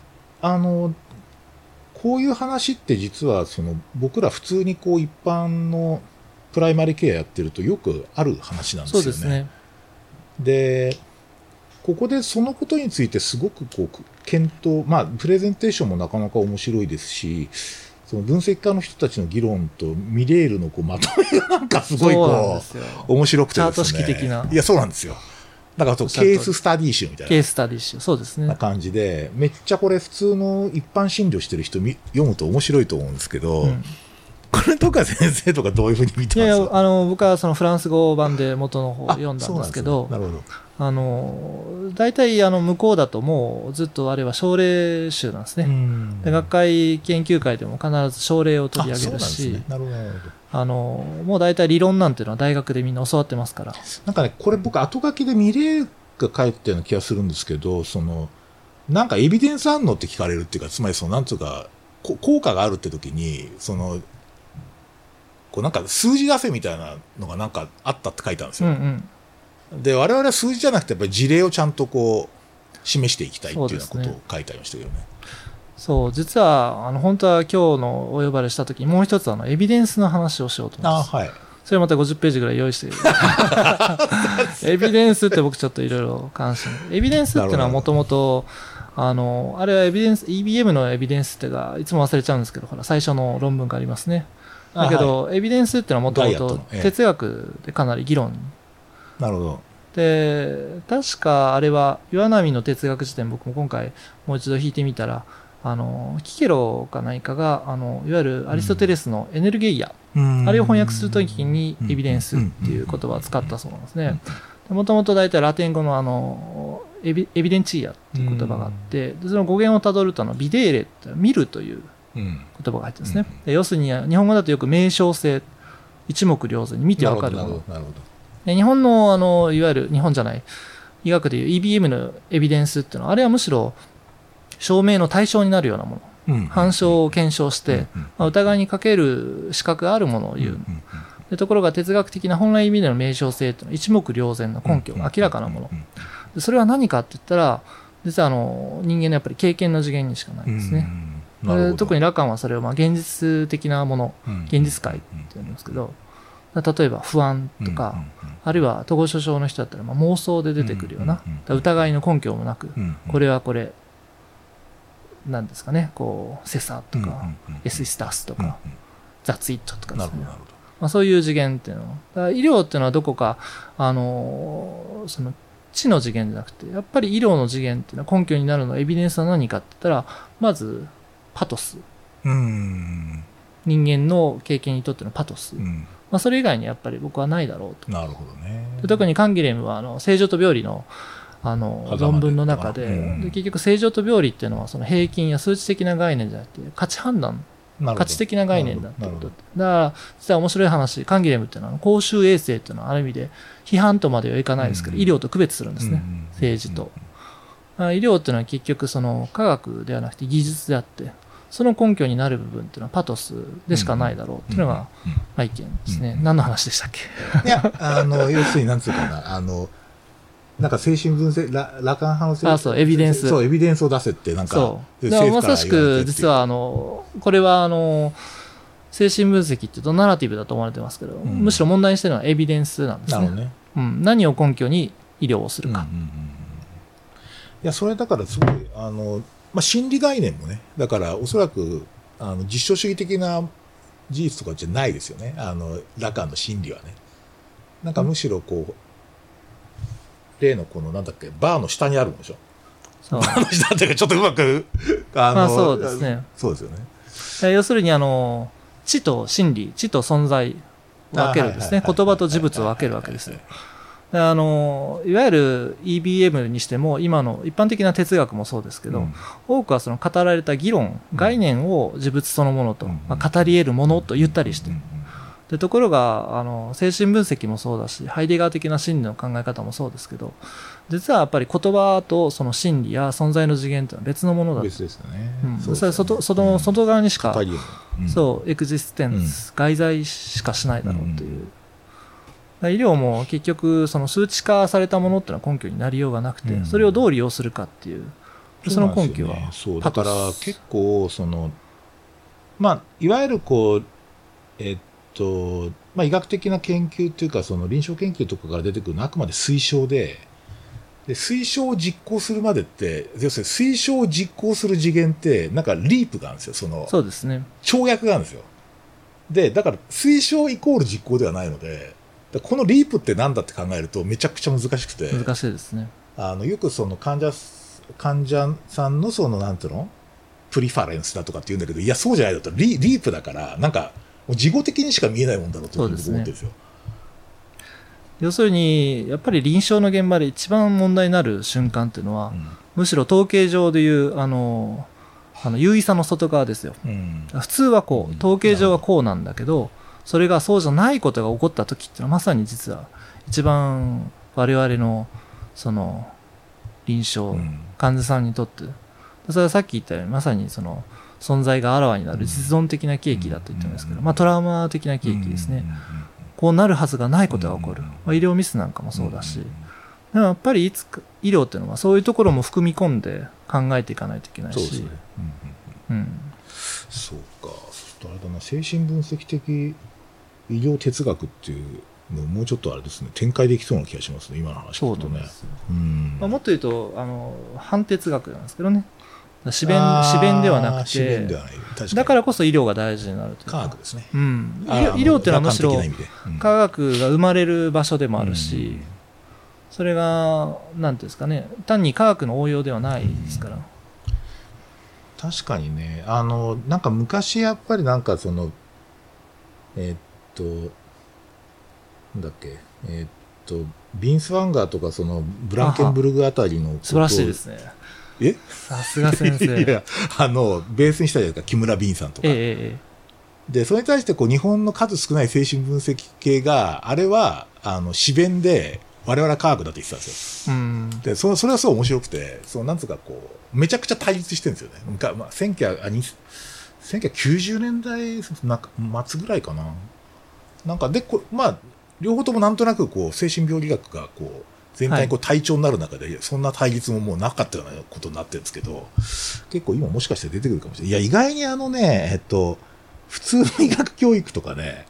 こういう話って実は僕ら普通にこう一般のプライマリケアやってるとよくある話なんですよね。そうですね。でここでそのことについてすごくこう検討、まあプレゼンテーションもなかなか面白いですし、その分析家の人たちの議論とミレールのこうまとめがなんかすごいこう面白くてですね。 チャート式的な。 いやそうなんですよ。だからケーススタディ集みたいな。 ケーススタディ集、そうですね。 な感じで、めっちゃこれ普通の一般診療してる人読むと面白いと思うんですけど、これとか先生とかどういうふうに見てますか？ 僕はそのフランス語版で元の方を読んだんですけど、 なるほど。 大体向こうだともうずっとあれは症例集なんですね。で学会研究会でも必ず症例を取り上げるし、 もう大体理論なんていうのは大学でみんな教わってますから。 なんかね、これ僕後書きでミレーが書いてたような気がするんですけど、なんかエビデンスあんのって聞かれるっていうか、つまりなんつうか、効果があるって時に、なんか数字出せみたいなのがなんかあったって書いたんですよ。 うんうん、 で、我々は数字じゃなくてやっぱり事例をちゃんと示していきたいっていうようなことを書いてありましたけどね。 そう、実は、本当は今日のお呼ばれしたときに、もう一つエビデンスの話をしようと思います。 はい。 それまた50ページぐらい用意してエビデンスって僕ちょっといろいろ関心。エビデンスっていうのはもともと、あれはエビデンス、EBM のエビデンスってが、いつも忘れちゃうんですけど、ほら、最初の論文がありますね。だけど、はい、エビデンスっていうのはもともと哲学でかなり議論。 なるほど。 で、確かあれは、岩波の哲学辞典、僕も今回もう一度引いてみたら、キケロか何かが、いわゆるアリストテレスのエネルゲイア、あれを翻訳するときにエビデンスっていう言葉を使ったそうなんですね。もともと大体ラテン語のエビデンチーアっていう言葉があって、でその語源をたどるとビデーレって見るという言葉が入ってるんですね。で要するに日本語だとよく名称性、一目瞭然に見てわかるもの。で日本のいわゆる日本じゃない医学でいう EBM のエビデンスっていうのはあれはむしろ証明の対象になるようなもの、反証を検証して、疑いにかける資格があるものを言う。でところが哲学的な本来意味での名称性というのは一目瞭然の根拠、明らかなもの。でそれは何かって言ったら、実は人間のやっぱり経験の次元にしかないんですね。特にラカンはそれを現実的なもの、現実界って言うんですけど、例えば不安とか、あるいは統合失調症の人だったら妄想で出てくるような、疑いの根拠もなく、これはこれ、なんですかね、セサとか、エスイスタスとか、ザツイットとかですね。そういう次元っていうのは、医療っていうのはどこか、その知の次元じゃなくて、やっぱり医療の次元っていうのは根拠になるのはエビデンスは何かって言ったら、まず、パトス。人間の経験にとってのパトス。それ以外にやっぱり僕はないだろうと。 なるほどね。 特にカンギレムは、正常と病理の論文の中で、結局正常と病理っていうのはその平均や数値的な概念じゃなくて価値判断、価値的な概念だってことだから実は面白い話、カンギレムっていうのは公衆衛生っていうのはある意味で批判とまではいかないですけど、医療と区別するんですね、政治と。医療っていうのは結局その科学ではなくて技術であって、その根拠になる部分っていうのはパトスでしかないだろうっていうのが意見ですね。何の話でしたっけ？ いや、要するに何つうかな、なんか精神分析、ラカン派の精神そう、エビデンス。 そう、エビデンスを出せって、なんか、 そう。まさしく、実は、これは、精神分析って言うとナラティブだと思われてますけど、むしろ問題にしてるのはエビデンスなんですね。なるほどね。何を根拠に医療をするか。 いや、それだからすごい、心理概念もね、だからおそらく、実証主義的な事実とかじゃないですよね。ラカンの心理はね。なんかむしろ例のなんだっけ、バーの下にあるんでしょ。バーの下っていうか、ちょっとうまく、 そうですね。 そうですよね。 要するに、知と真理、知と存在を分けるんですね。言葉と事物を分けるわけです。いわゆる EBM にしても、今の一般的な哲学もそうですけど、多くはその語られた議論、概念を事物そのものと、語り得るものと言ったりして、でところが精神分析もそうだし、ハイデガー的な心理の考え方もそうですけど、実はやっぱり言葉とその心理や存在の次元というのは別のものだと。 別ですよね。 それは外側にしか、そう、エクジステンス、外在しかしないだろうという。医療も結局その数値化されたものっていうのは根拠になりようがなくて、それをどう利用するかっていう、その根拠は。 そうだから結構いわゆる医学的な研究というか、臨床研究とかから出てくるのはあくまで推奨で、推奨を実行するまでって、要するに推奨を実行する次元って、なんかリープがあるんですよ。 そうですね。 跳躍があるんですよ。で、だから推奨イコール実行ではないので、このリープってなんだって考えるとめちゃくちゃ難しくて。 難しいですね。 よく患者さんのなんていうの？プリファレンスだとかって言うんだけど、いや、そうじゃないだと、リープだから、なんか、事後的にしか見えないもんだろうと思ってるんですよ。 要するにやっぱり臨床の現場で一番問題になる瞬間っていうのは、むしろ統計上でいう有意差の外側ですよ。普通は統計上はこうなんだけど、 それがそうじゃないことが起こった時っていうのはまさに実は一番我々のその臨床、患者さんにとってそれはさっき言ったようにまさにその存在があらわになる実存的な契機だと言ってるんですけど、トラウマ的な契機ですね。こうなるはずがないことが起こる、医療ミスなんかもそうだし、でもやっぱりいつか医療っていうのはそういうところも含み込んで考えていかないといけないし、 そうですね。そうか。あれだな、精神分析的医療哲学っていうのをもうちょっとあれですね、展開できそうな気がしますね、今の話聞くとね。 もっと言うと反哲学なんですけどね。詩弁ではなくて、だからこそ医療が大事になるというか。 科学ですね。 医療っていうのはむしろ科学が生まれる場所でもあるし、それが何ていうんですかね、単に科学の応用ではないですから。 確かにね、なんか昔やっぱりなんかそのなんだっけビンス・ワンガーとかそのブランケンブルグあたりの素晴らしいですね。さすが先生。 いやベースにしたじゃないですか、木村ビンさんとか。で、それに対してこう日本の数少ない精神分析系が、あれは詩弁で我々は科学だって言ってたんですよ。で、それはすごい面白くて、なんつうかこう、めちゃくちゃ対立してるんですよね。1990年代末ぐらいかな。なんかで、両方ともなんとなくこう、精神病理学がこう、全体こう体調になる中で、そんな対立ももうなかったようなことになってるんですけど、結構今もしかして出てくるかもしれない。いや、意外に普通の医学教育とかね、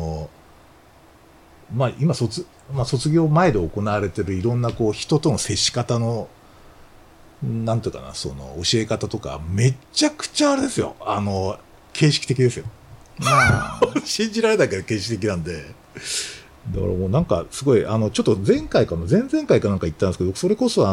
今卒業前で行われてるいろんなこう、人との接し方の、なんていうかな、その教え方とか、めちゃくちゃあれですよ。形式的ですよ。信じられないけど形式的なんで。だからもうなんかすごい、ちょっと前々回かなんか言ったんですけど、それこそ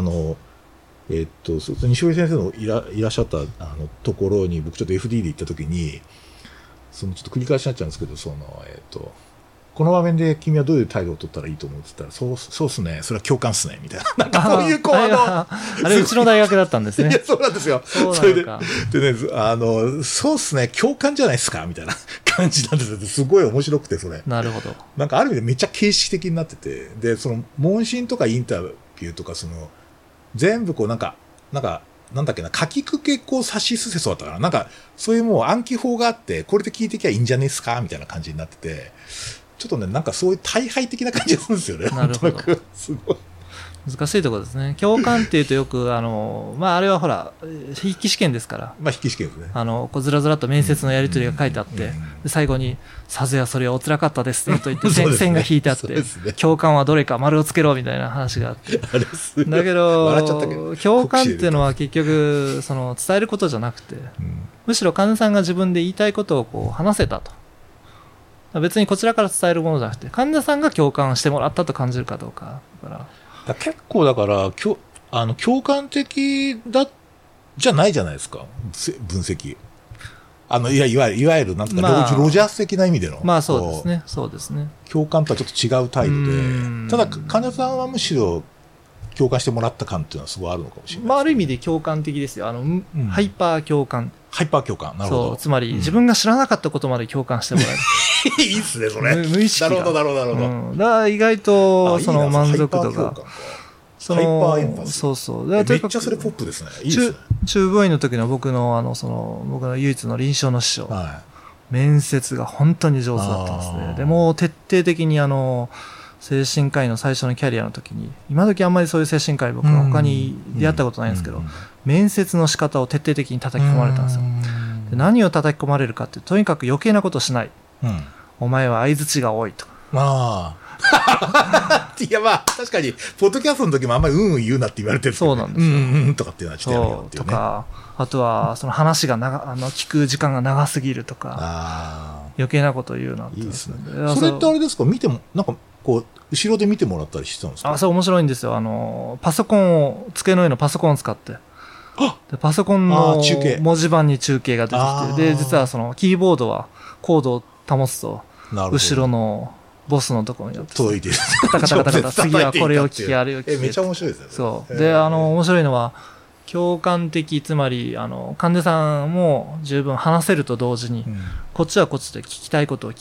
西尾先生のいらっしゃったところに僕ちょっと FD で行った時に、ちょっと繰り返しになっちゃうんですけど、この場面で君はどういう態度を取ったらいいと思うって言ったら、そうっすね、それは共感っすね、みたいな。なんかこういうあれうちの大学だったんですね。 いや、そうなんですよ。 それでね、そうっすね、共感じゃないですか、みたいな感じなんですよ。すごい面白くて、それ。 なるほど。 なんかある意味でめっちゃ形式的になってて、で、問診とかインタビューとか、全部こうなんだっけな、書きくけこう差しすせそうだったから、なんか、そういうもう暗記法があって、これで聞いてきゃいいんじゃねえすかみたいな感じになってて、ちょっとね、なんかそういう大敗的な感じがするんですよね。 なるほど。 すごい。 難しいところですね。共感っていうとよく、あれはほら、筆記試験ですから。 筆記試験ですね。 こうずらずらっと面接のやり取りが書いてあって、で最後に、さぞやそれはお辛かったですねと言って線が引いてあって、共感はどれか丸をつけろみたいな話があって。だけど、共感っていうのは結局、伝えることじゃなくて、むしろ患者さんが自分で言いたいことをこう話せたと。別にこちらから伝えるものじゃなくて、患者さんが共感してもらったと感じるかどうか。 結構だから、共感的じゃないじゃないですか、分析。いわゆる、なんとか、ロジャース的な意味での。 そうですね。そうですね。 共感とはちょっと違う態度で、ただ、患者さんはむしろ、共感してもらった感っていうのはすごいあるのかもしれない。 ある意味で共感的ですよ。ハイパー共感。 ハイパー共感。なるほど。 そう。つまり、自分が知らなかったことまで共感してもらえる。 いいっすね、それ。 無意識が。 なるほど。 だから意外と、満足度が。 ハイパーエンパス。 そう。 めっちゃそれポップですね。いいですね。 中部院の時の僕の唯一の臨床の師匠。面接が本当に上手だったんですね。でも、徹底的に精神科医の最初のキャリアの時に、今時あんまりそういう精神科医僕は他に出会ったことないんですけど、面接の仕方を徹底的に叩き込まれたんですよ。で何を叩き込まれるかって、とにかく余計なことしない。お前は相槌が多いとか。 いや確かに、ポッドキャストの時もあんまり言うなって言われてるんですそうなんですよ。 とかっていうのはちょっとやめようっていうね。 とか、あとは、話が聞く時間が長すぎるとか、余計なこと言うなって。 いいですね。それってあれですか、なんか、こう、後ろで見てもらったりしてたんですか？ そう、面白いんですよ。パソコンを、机の上のパソコンを使って、でパソコンの文字盤に中継が出てきて、で、実はキーボードはコードを保つと、後ろのボスのところによって、 届いてる。 カタカタ、次はこれを聞き、あれを聞き。 めっちゃ面白いですね。 そう。で、面白いのは、共感的、つまり、患者さんも十分話せると同時に、こっちはこっちで聞きたいことを聞く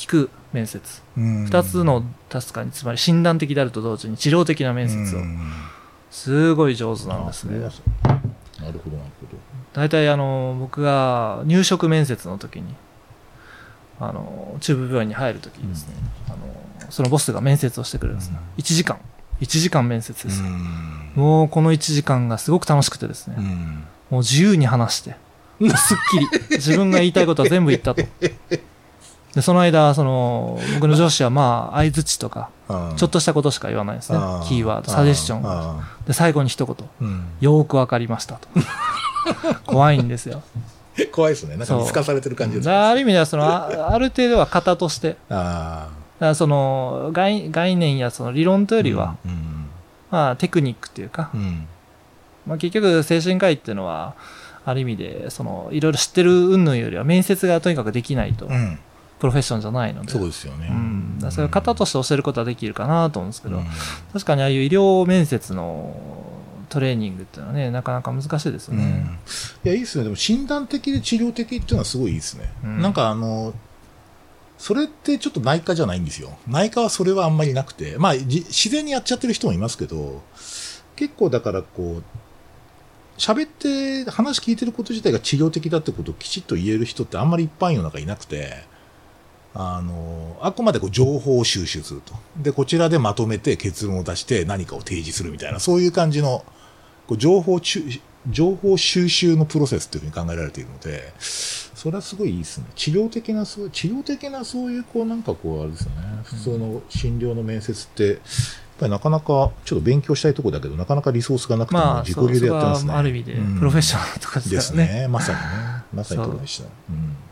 面接、2つの確かにつまり診断的であると同時に治療的な面接をすごい上手なんですね。 なるほどなるほど。 大体僕が入職面接の時に中部病院に入る時にですね、そのボスが面接をしてくれるんですね。1時間面接です。もうこの1時間がすごく楽しくてですね、もう自由に話してすっきり自分が言いたいことは全部言ったと。でその間僕の上司は相槌とかちょっとしたことしか言わないですね。キーワードサジェスチョンで最後に一言、よーくわかりましたと怖いんですよ。 怖いですね。なんか見透かされてる感じですね。 ある意味ではある程度は型としてだから概念や理論というよりは、テクニックというか、結局精神科医っていうのはある意味でいろいろ知ってる云々よりは面接がとにかくできないと、プロフェッションじゃないので、 そうですよね。 それを型として教えることはできるかなと思うんですけど、確かにああいう医療面接のトレーニングっていうのはね、なかなか難しいですよね。 いや、いいですね。でも診断的で治療的っていうのはすごいいいですね。なんかそれってちょっと内科じゃないんですよ。内科はそれはあんまりなくて、自然にやっちゃってる人もいますけど、結構だから喋って話聞いてること自体が治療的だってことをきちっと言える人ってあんまり一般世の中いなくて、あくまで情報を収集すると。で、こちらでまとめて結論を出して何かを提示するみたいな、そういう感じの情報収集のプロセスというふうに考えられているので、それはすごいいいですね。治療的なそういうあれですよね。普通の診療の面接って、やっぱりなかなかちょっと勉強したいところだけど、なかなかリソースがなくても自己流でやってますね。 ある意味でプロフェッショナルとかですね。まさにね。まさにプロフェッショナル。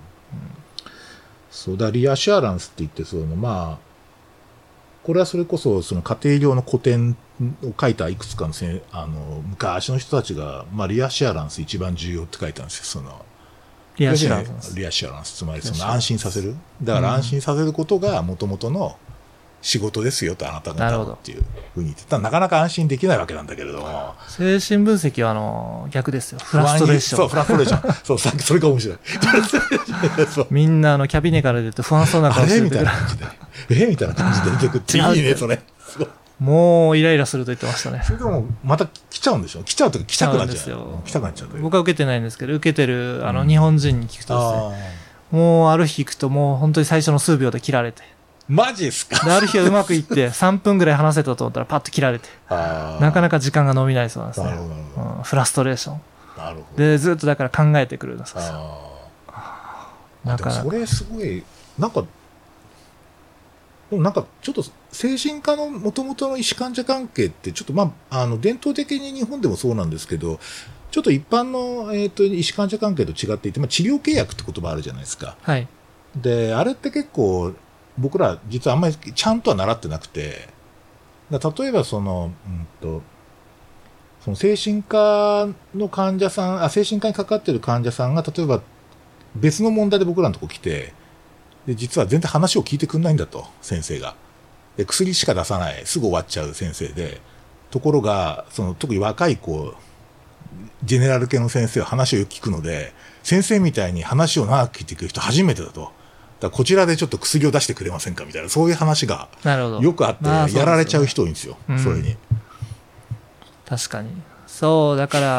そうだ、リアシュアランスって言って、これはそれこそ、家庭医療の古典を書いたいくつかの昔の人たちが、リアシュアランス一番重要って書いたんですよ。 リアシュアランス。 リアシュアランス。つまり、安心させる。だから安心させることが元々の仕事ですよと、あなた方のっていうふうに言ってた。なかなか安心できないわけなんだけれども。 精神分析は逆ですよ。フラストレーション。 そう、フラストレーション。そう、さっきそれが面白い。 みんなキャビネから出て不安そうな顔してる。 みたいな感じで。みたいな感じで出てくっていいね、それ。 もうイライラすると言ってましたね。 それでもまた来ちゃうんでしょ。来ちゃうと来たくなっちゃう。来たくなっちゃう。 僕は受けてないんですけど、受けてる日本人に聞くとですね、もうある日行くともう本当に最初の数秒で切られて。 マジっすか。 である日はうまくいって3分ぐらい話せたと思ったらパッと切られて、なかなか時間が伸びないそうなんですね。フラストレーション。 なるほど。 でずっとだから考えてくるんですよ。 でもそれすごいでもちょっと精神科の元々の医師患者関係ってちょっと伝統的に日本でもそうなんですけど、ちょっと一般の医師患者関係と違っていて、治療契約って言葉あるじゃないですか。 はい。 で、あれって結構僕ら実はあんまりちゃんとは習ってなくて、例えばその精神科の患者さん、精神科にかかっている患者さんが例えば別の問題で僕らのとこ来て、で、実は全然話を聞いてくんないんだと、先生が。で、薬しか出さない、すぐ終わっちゃう先生で、ところが、特に若いジェネラル系の先生は話をよく聞くので、先生みたいに話を長く聞いてくる人初めてだと。だからこちらでちょっと薬を出してくれませんかみたいな、そういう話がよくあって、やられちゃう人多いんですよ、それに。 確かに。そう、だから、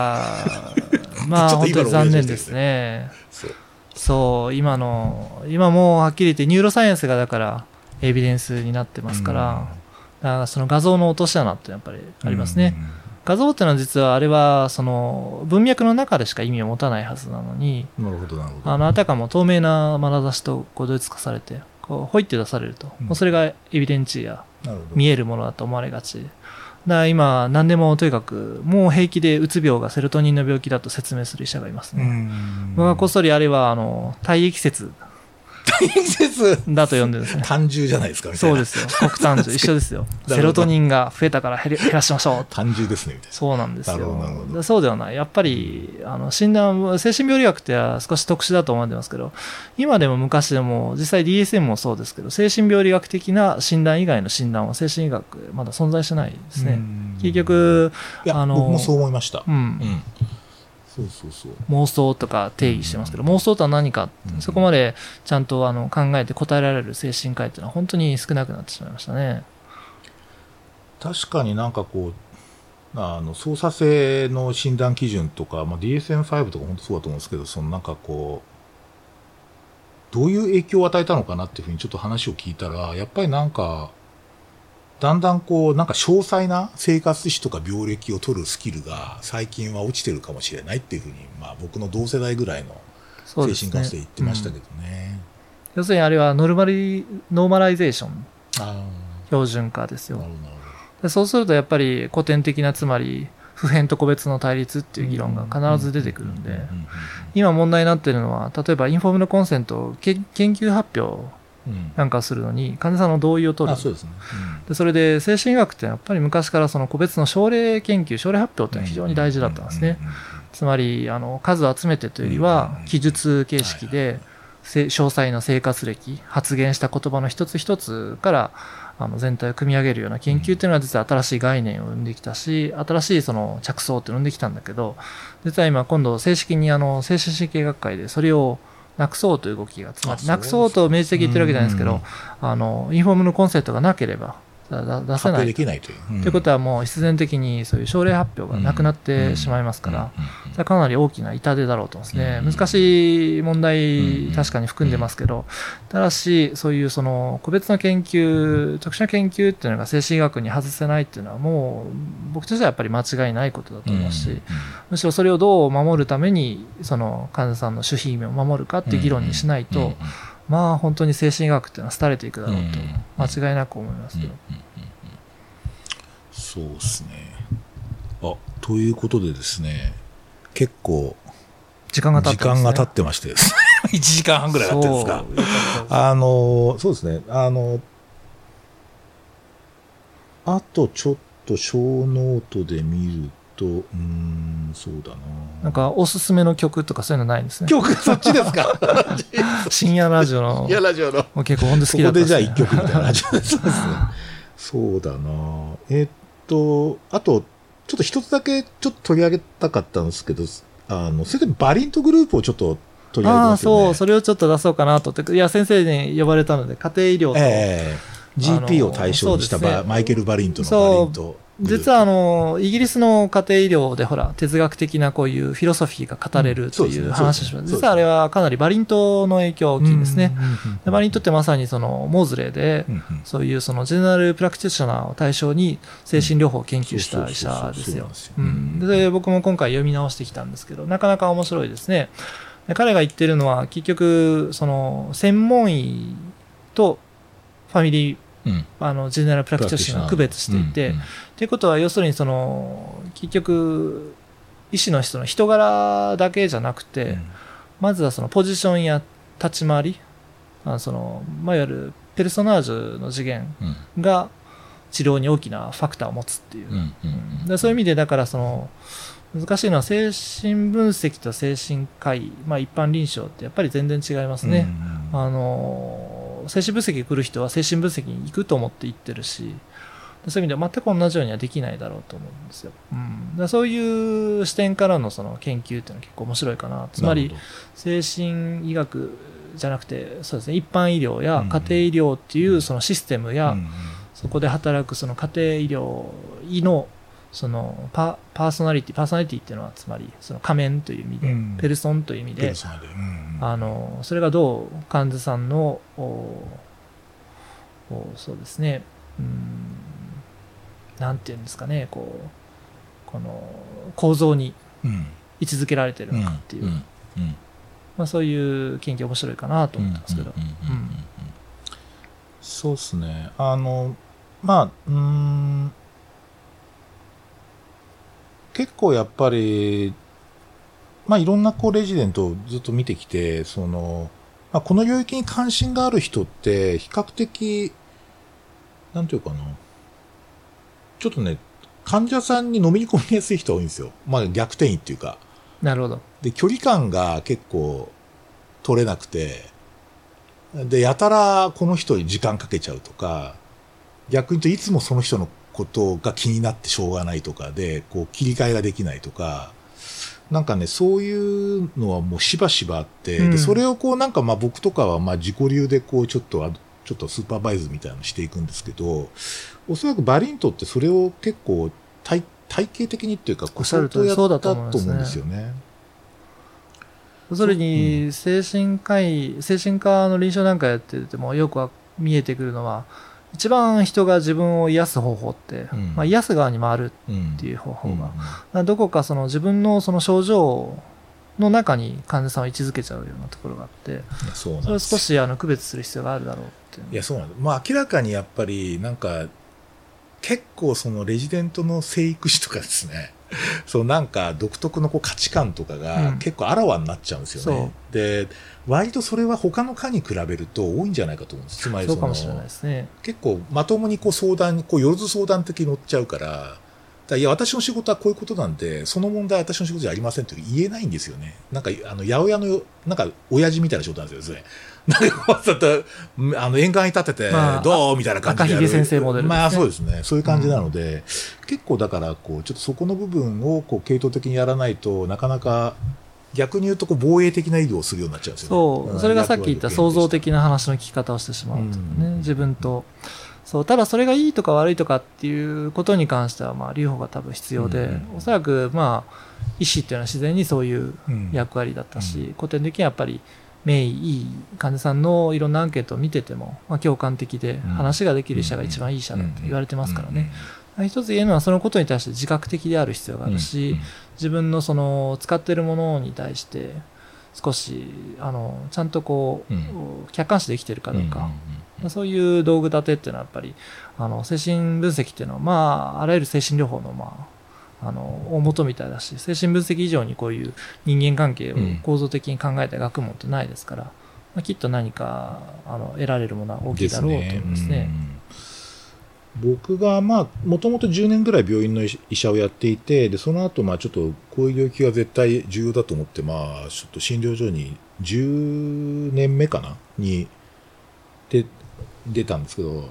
本当に残念ですね。そう、今もうはっきり言ってニューロサイエンスがだからエビデンスになってますから、だからその画像の落とし穴ってやっぱりありますね。画像っていうのは実はあれは文脈の中でしか意味を持たないはずなのに、あたかも透明な眼差しと同一化されてほいって出されると、もうそれがエビデンチや見えるものだと思われがち。だから今何でもとにかくもう平気でうつ病がセロトニンの病気だと説明する医者がいますね。僕はこっそりあれは体液説だと呼んでるんですね。 単純じゃないですかみたいな。 そうですよ。国単純一緒ですよ。セロトニンが増えたから減らしましょう。 単純ですねみたいな。 そうなんですよ。そうではない。やっぱり診断、精神病理学って少し特殊だと思ってますけど、今でも昔でも実際 DSM もそうですけど、精神病理学的な診断以外の診断は精神医学まだ存在してないですね。結局僕もそう思いました。 妄想とか定義してますけど、妄想とは何か、そこまでちゃんと考えて答えられる精神科医っていうのは本当に少なくなってしまいましたね。 確かになんかこう操作性の診断基準とか、DSM-5 とか本当そうだと思うんですけど、そのなんかこうどういう影響を与えたのかなっていうふうにちょっと話を聞いたら、やっぱりなんかだんだんこうなんか詳細な生活史とか病歴を取るスキルが最近は落ちてるかもしれないっていうふうに、僕の同世代ぐらいの精神科医で言ってましたけどね。 要するにあれはノーマライゼーション、標準化ですよ。でそうするとやっぱり古典的な、つまり普遍と個別の対立っていう議論が必ず出てくるんで、今問題になっているのは、例えばインフォームドコンセントを研究発表なんかするのに患者さんの同意を取る。でそれで精神医学ってやっぱり昔からその個別の症例研究、症例発表っていうのは非常に大事だったんですね。つまり数を集めてというよりは記述形式で詳細な生活歴、発言した言葉の一つ一つから全体を組み上げるような研究っていうのは実は新しい概念を生んできたし、新しいその着想って生んできたんだけど、実は今度正式に精神神経学会でそれをなくそうという動きが、つまりなくそうと明示的に言ってるわけじゃないですけど、インフォームのコンセントがなければ出せないできないという、 ということはもう必然的にそういう症例発表がなくなってしまいますから、それはかなり大きな痛手だろうと思いますね。難しい問題確かに含んでますけど、ただしそういうその個別の研究、特殊な研究っていうのが精神医学に外せないっていうのはもう僕としてはやっぱり間違いないことだと思うし、むしろそれをどう守るためにその患者さんの守秘義務を守るかっていう議論にしないと、本当に精神医学っていうのは廃れていくだろうと間違いなく思いますよ。 そうですね。ということでですね、結構時間が経ってましてですね1時間半ぐらい経ってるんですか。そうですね。あとちょっと小ノートで見ると、そうだな。 なんかおすすめの曲とかそういうのないんですね。 曲そっちですか。 深夜ラジオの。もう結構本当好きだったですね。 ここでじゃあ1曲みたいな感じですね。そうだな。あとちょっと一つだけちょっと取り上げたかったんですけど、それでバリントグループをちょっと取り上げますよね。 そう、それをちょっと出そうかなと。いや、先生に呼ばれたので、家庭医療と、 GP を対象にしたマイケル・バリントのバリント。 実はイギリスの家庭医療でほら哲学的なこういうフィロソフィーが語れるという話をします。実はあれはかなりバリントの影響が大きいんですね。でバリントってまさにそのモーズレーでそういうそのジェネラルプラクティショナーを対象に精神療法を研究した医者ですよ。で僕も今回読み直してきたんですけど、なかなか面白いですね。で彼が言ってるのは結局その専門医とファミリージェネラルプラクティショナーを区別していて、ということは要するにその結局医師の人の人柄だけじゃなくて、まずはそのポジションや立ち回り、いわゆるペルソナージュの次元が治療に大きなファクターを持つっていう、でそういう意味でだからその難しいのは精神分析と精神科医、一般臨床ってやっぱり全然違いますね。精神分析に来る人は精神分析に行くと思って行ってるし、そういう意味では全く同じようにはできないだろうと思うんですよ。だそういう視点からのその研究っていうのは結構面白いかな。つまり精神医学じゃなくてそうですね、一般医療や家庭医療っていうそのシステムや、そこで働くその家庭医療医のそのパーソナリティっていうのはつまりその仮面という意味で、ペルソンという意味で、それがどう患者さんのそうですね、なんていうんですかね、この構造に位置づけられているのかっていう、そういう研究面白いかなと思ってますけど。 そうですね。結構やっぱり、いろんなレジデントをずっと見てきて、この領域に関心がある人って比較的なんていうかな、ちょっとね、患者さんに飲み込みやすい人多いんですよ。逆転医っていうか。 なるほど。 で、距離感が結構取れなくて、で、やたらこの人に時間かけちゃうとか、逆に言うといつもその人のことが気になってしょうがないとかで、切り替えができないとか、 なんかね、そういうのはもうしばしばあって、でそれをこうなんか僕とかは自己流でこうちょっとスーパーバイズみたいなのしていくんですけど、おそらくバリントってそれを結構体系的にっていうか、 相当やったと思うんですよね。それに精神科の臨床なんかやっててもよく見えてくるのは、一番人が自分を癒す方法って、癒す側に回るっていう方法が、どこかその自分のその症状の中に患者さんを位置づけちゃうようなところがあって、それを少し区別する必要があるだろうって。 いや、そうなんです。明らかにやっぱりなんか結構そのレジデントの生育史とかですね、そうなんか独特のこう価値観とかが結構あらわになっちゃうんですよね。で、割とそれは他の科に比べると多いんじゃないかと思うんです。つまりそうかもしれないですね。 結構まともにこう相談によろず相談的に乗っちゃうから、いや私の仕事はこういうことなんで、その問題は私の仕事じゃありませんって言えないんですよね。なんか八百屋のなんか親父みたいな仕事なんですよね。なんか沿岸に立てて、どうみたいな感じで。 赤ひげ先生モデルですね。 そうですね。そういう感じなので、結構だからこうちょっとそこの部分をこう系統的にやらないとなかなか逆に言うとこう防衛的な医療をするようになっちゃうんですよね。 そう、それがさっき言った創造的な話の聞き方をしてしまうとね、自分と。そう、ただそれがいいとか悪いとかっていうことに関しては留保が多分必要で、おそらく医師っていうのは自然にそういう役割だったし、古典的にはやっぱり名医、いい患者さんのいろんなアンケートを見てても、共感的で話ができる医者が一番いい医者だって言われてますからね。一つ言えるのはそのことに対して自覚的である必要があるし、自分のその使っているものに対して少しちゃんとこう客観視できているかどうか、そういう道具立てっていうのはやっぱり精神分析っていうのはあらゆる精神療法の大元みたいだし、精神分析以上にこういう人間関係を構造的に考えた学問ってないですから、きっと何か得られるものは大きいだろうと思いますね。 僕がもともと10年ぐらい病院の医者をやっていて、でその後ちょっとこういう領域が絶対重要だと思ってちょっと診療所に10年目かなに出たんですけど、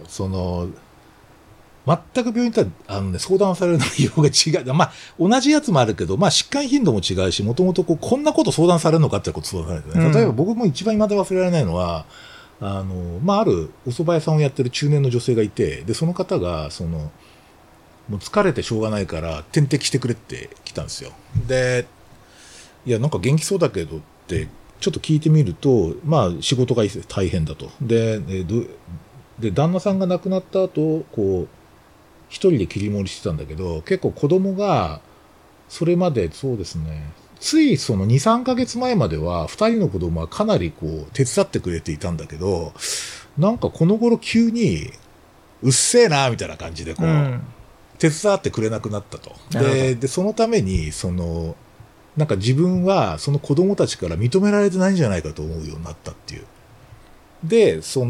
全く病院とは相談される内容が違う。同じやつもあるけど、疾患頻度も違うし、もともとこんなこと相談されるのかってこと相談されてね。例えば僕も一番未だ忘れられないのは、あるお蕎麦屋さんをやってる中年の女性がいて、で、その方が、もう疲れてしょうがないから点滴してくれって来たんですよ。で、いや、なんか元気そうだけどって、ちょっと聞いてみると、仕事が大変だと。で、旦那さんが亡くなった後、こう、一人で切り盛りしてたんだけど、結構子供が、それまでそうですね、つい2、3ヶ月前までは、二人の子供はかなりこう、手伝ってくれていたんだけど、なんかこの頃急に、うっせえな、みたいな感じでこう、手伝ってくれなくなったと。で、そのために、なんか自分はその子供たちから認められてないんじゃないかと思うようになったっていう。で、そ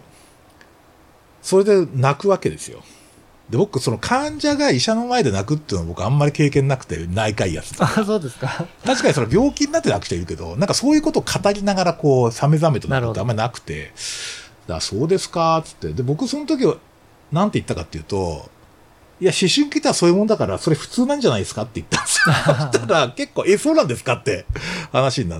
れで泣くわけですよ。で、僕、患者が医者の前で泣くっていうのは僕あんまり経験なくて、内科医やつとか。 そうですか。 確かに病気になって泣く人いるけど、なんかそういうことを語りながらこう、さめざめと泣くってあんまりなくて、そうですか、つって。で、僕その時は、なんて言ったかっていうと、いや、思春期ってはそういうもんだから、それ普通なんじゃないですかって言ったんですよ。そしたら結構、そうなんですかって話になって、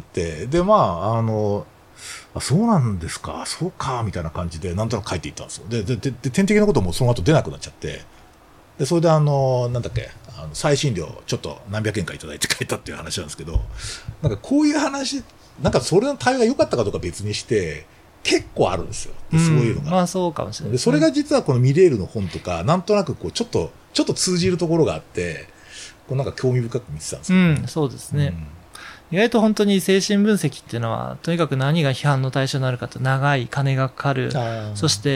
で、そうなんですか、そうか、みたいな感じで、なんとなく書いていったんですよ。で、点滴のこともその後出なくなっちゃって、で、それでなんだっけ、再診料、ちょっと何百円かいただいて書いたっていう話なんですけど、なんかこういう話、なんかそれの対応が良かったかどうか別にして、結構あるんですよ。そういうのが。 そうかもしれない、 で、それが実はこのミレールの本とか、なんとなくこう、ちょっと通じるところがあって、こうなんか興味深く見てたんですよ、 そうですね。意外と本当に精神分析っていうのは、とにかく何が批判の対象になるかと長い、金がかかる。そして、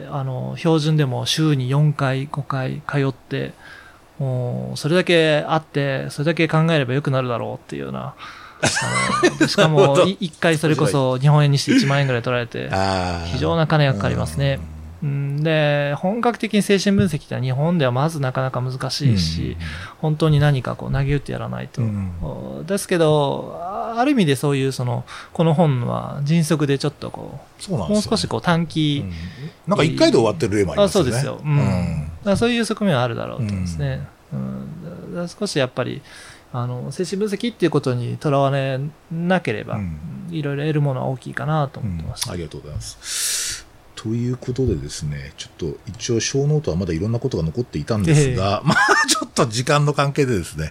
標準でも週に4回、5回通って、もう、それだけあって、それだけ考えれば良くなるだろうっていうような、しかも、1回それこそ日本円にして1万円ぐらい取られて、非常な金がかかりますね。で、本格的に精神分析って日本ではまずなかなか難しいし、本当に何かこう投げ打ってやらないと。ですけど、ある意味でそういうこの本は迅速でちょっとこう、もう少しこう短期、 なんか1回で終わってる例もありますよね。 そうですよ。そういう側面はあるだろうと思うんですね。少しやっぱり、 精神分析っていうことにとらわれなければ、いろいろ得るものは大きいかなと思ってました。 ありがとうございます。ということでですね、ちょっと一応小ノートはまだいろんなことが残っていたんですが、まあちょっと時間の関係でですね、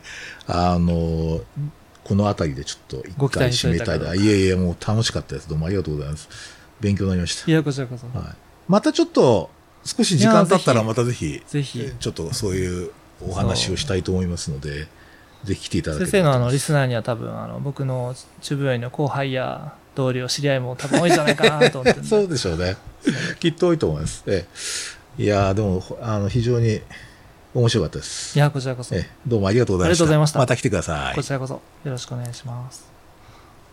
このあたりでちょっと一回締めたいな。いえいえ、もう楽しかったです。どうもありがとうございます。勉強になりました。 いや、こちらこそ。 はい、またちょっと少し時間経ったらまたぜひ、ちょっとそういうお話をしたいと思いますので、ぜひ来ていただければ。 先生のリスナーには多分僕の中部病院の後輩や同僚、知り合いも多分多いんじゃないかなと思ってそうでしょうね。きっと多いと思います。いやでも非常に面白かったです。 いや、こちらこそ。 どうもありがとうございました。 ありがとうございました。 また来てください。 こちらこそよろしくお願いします。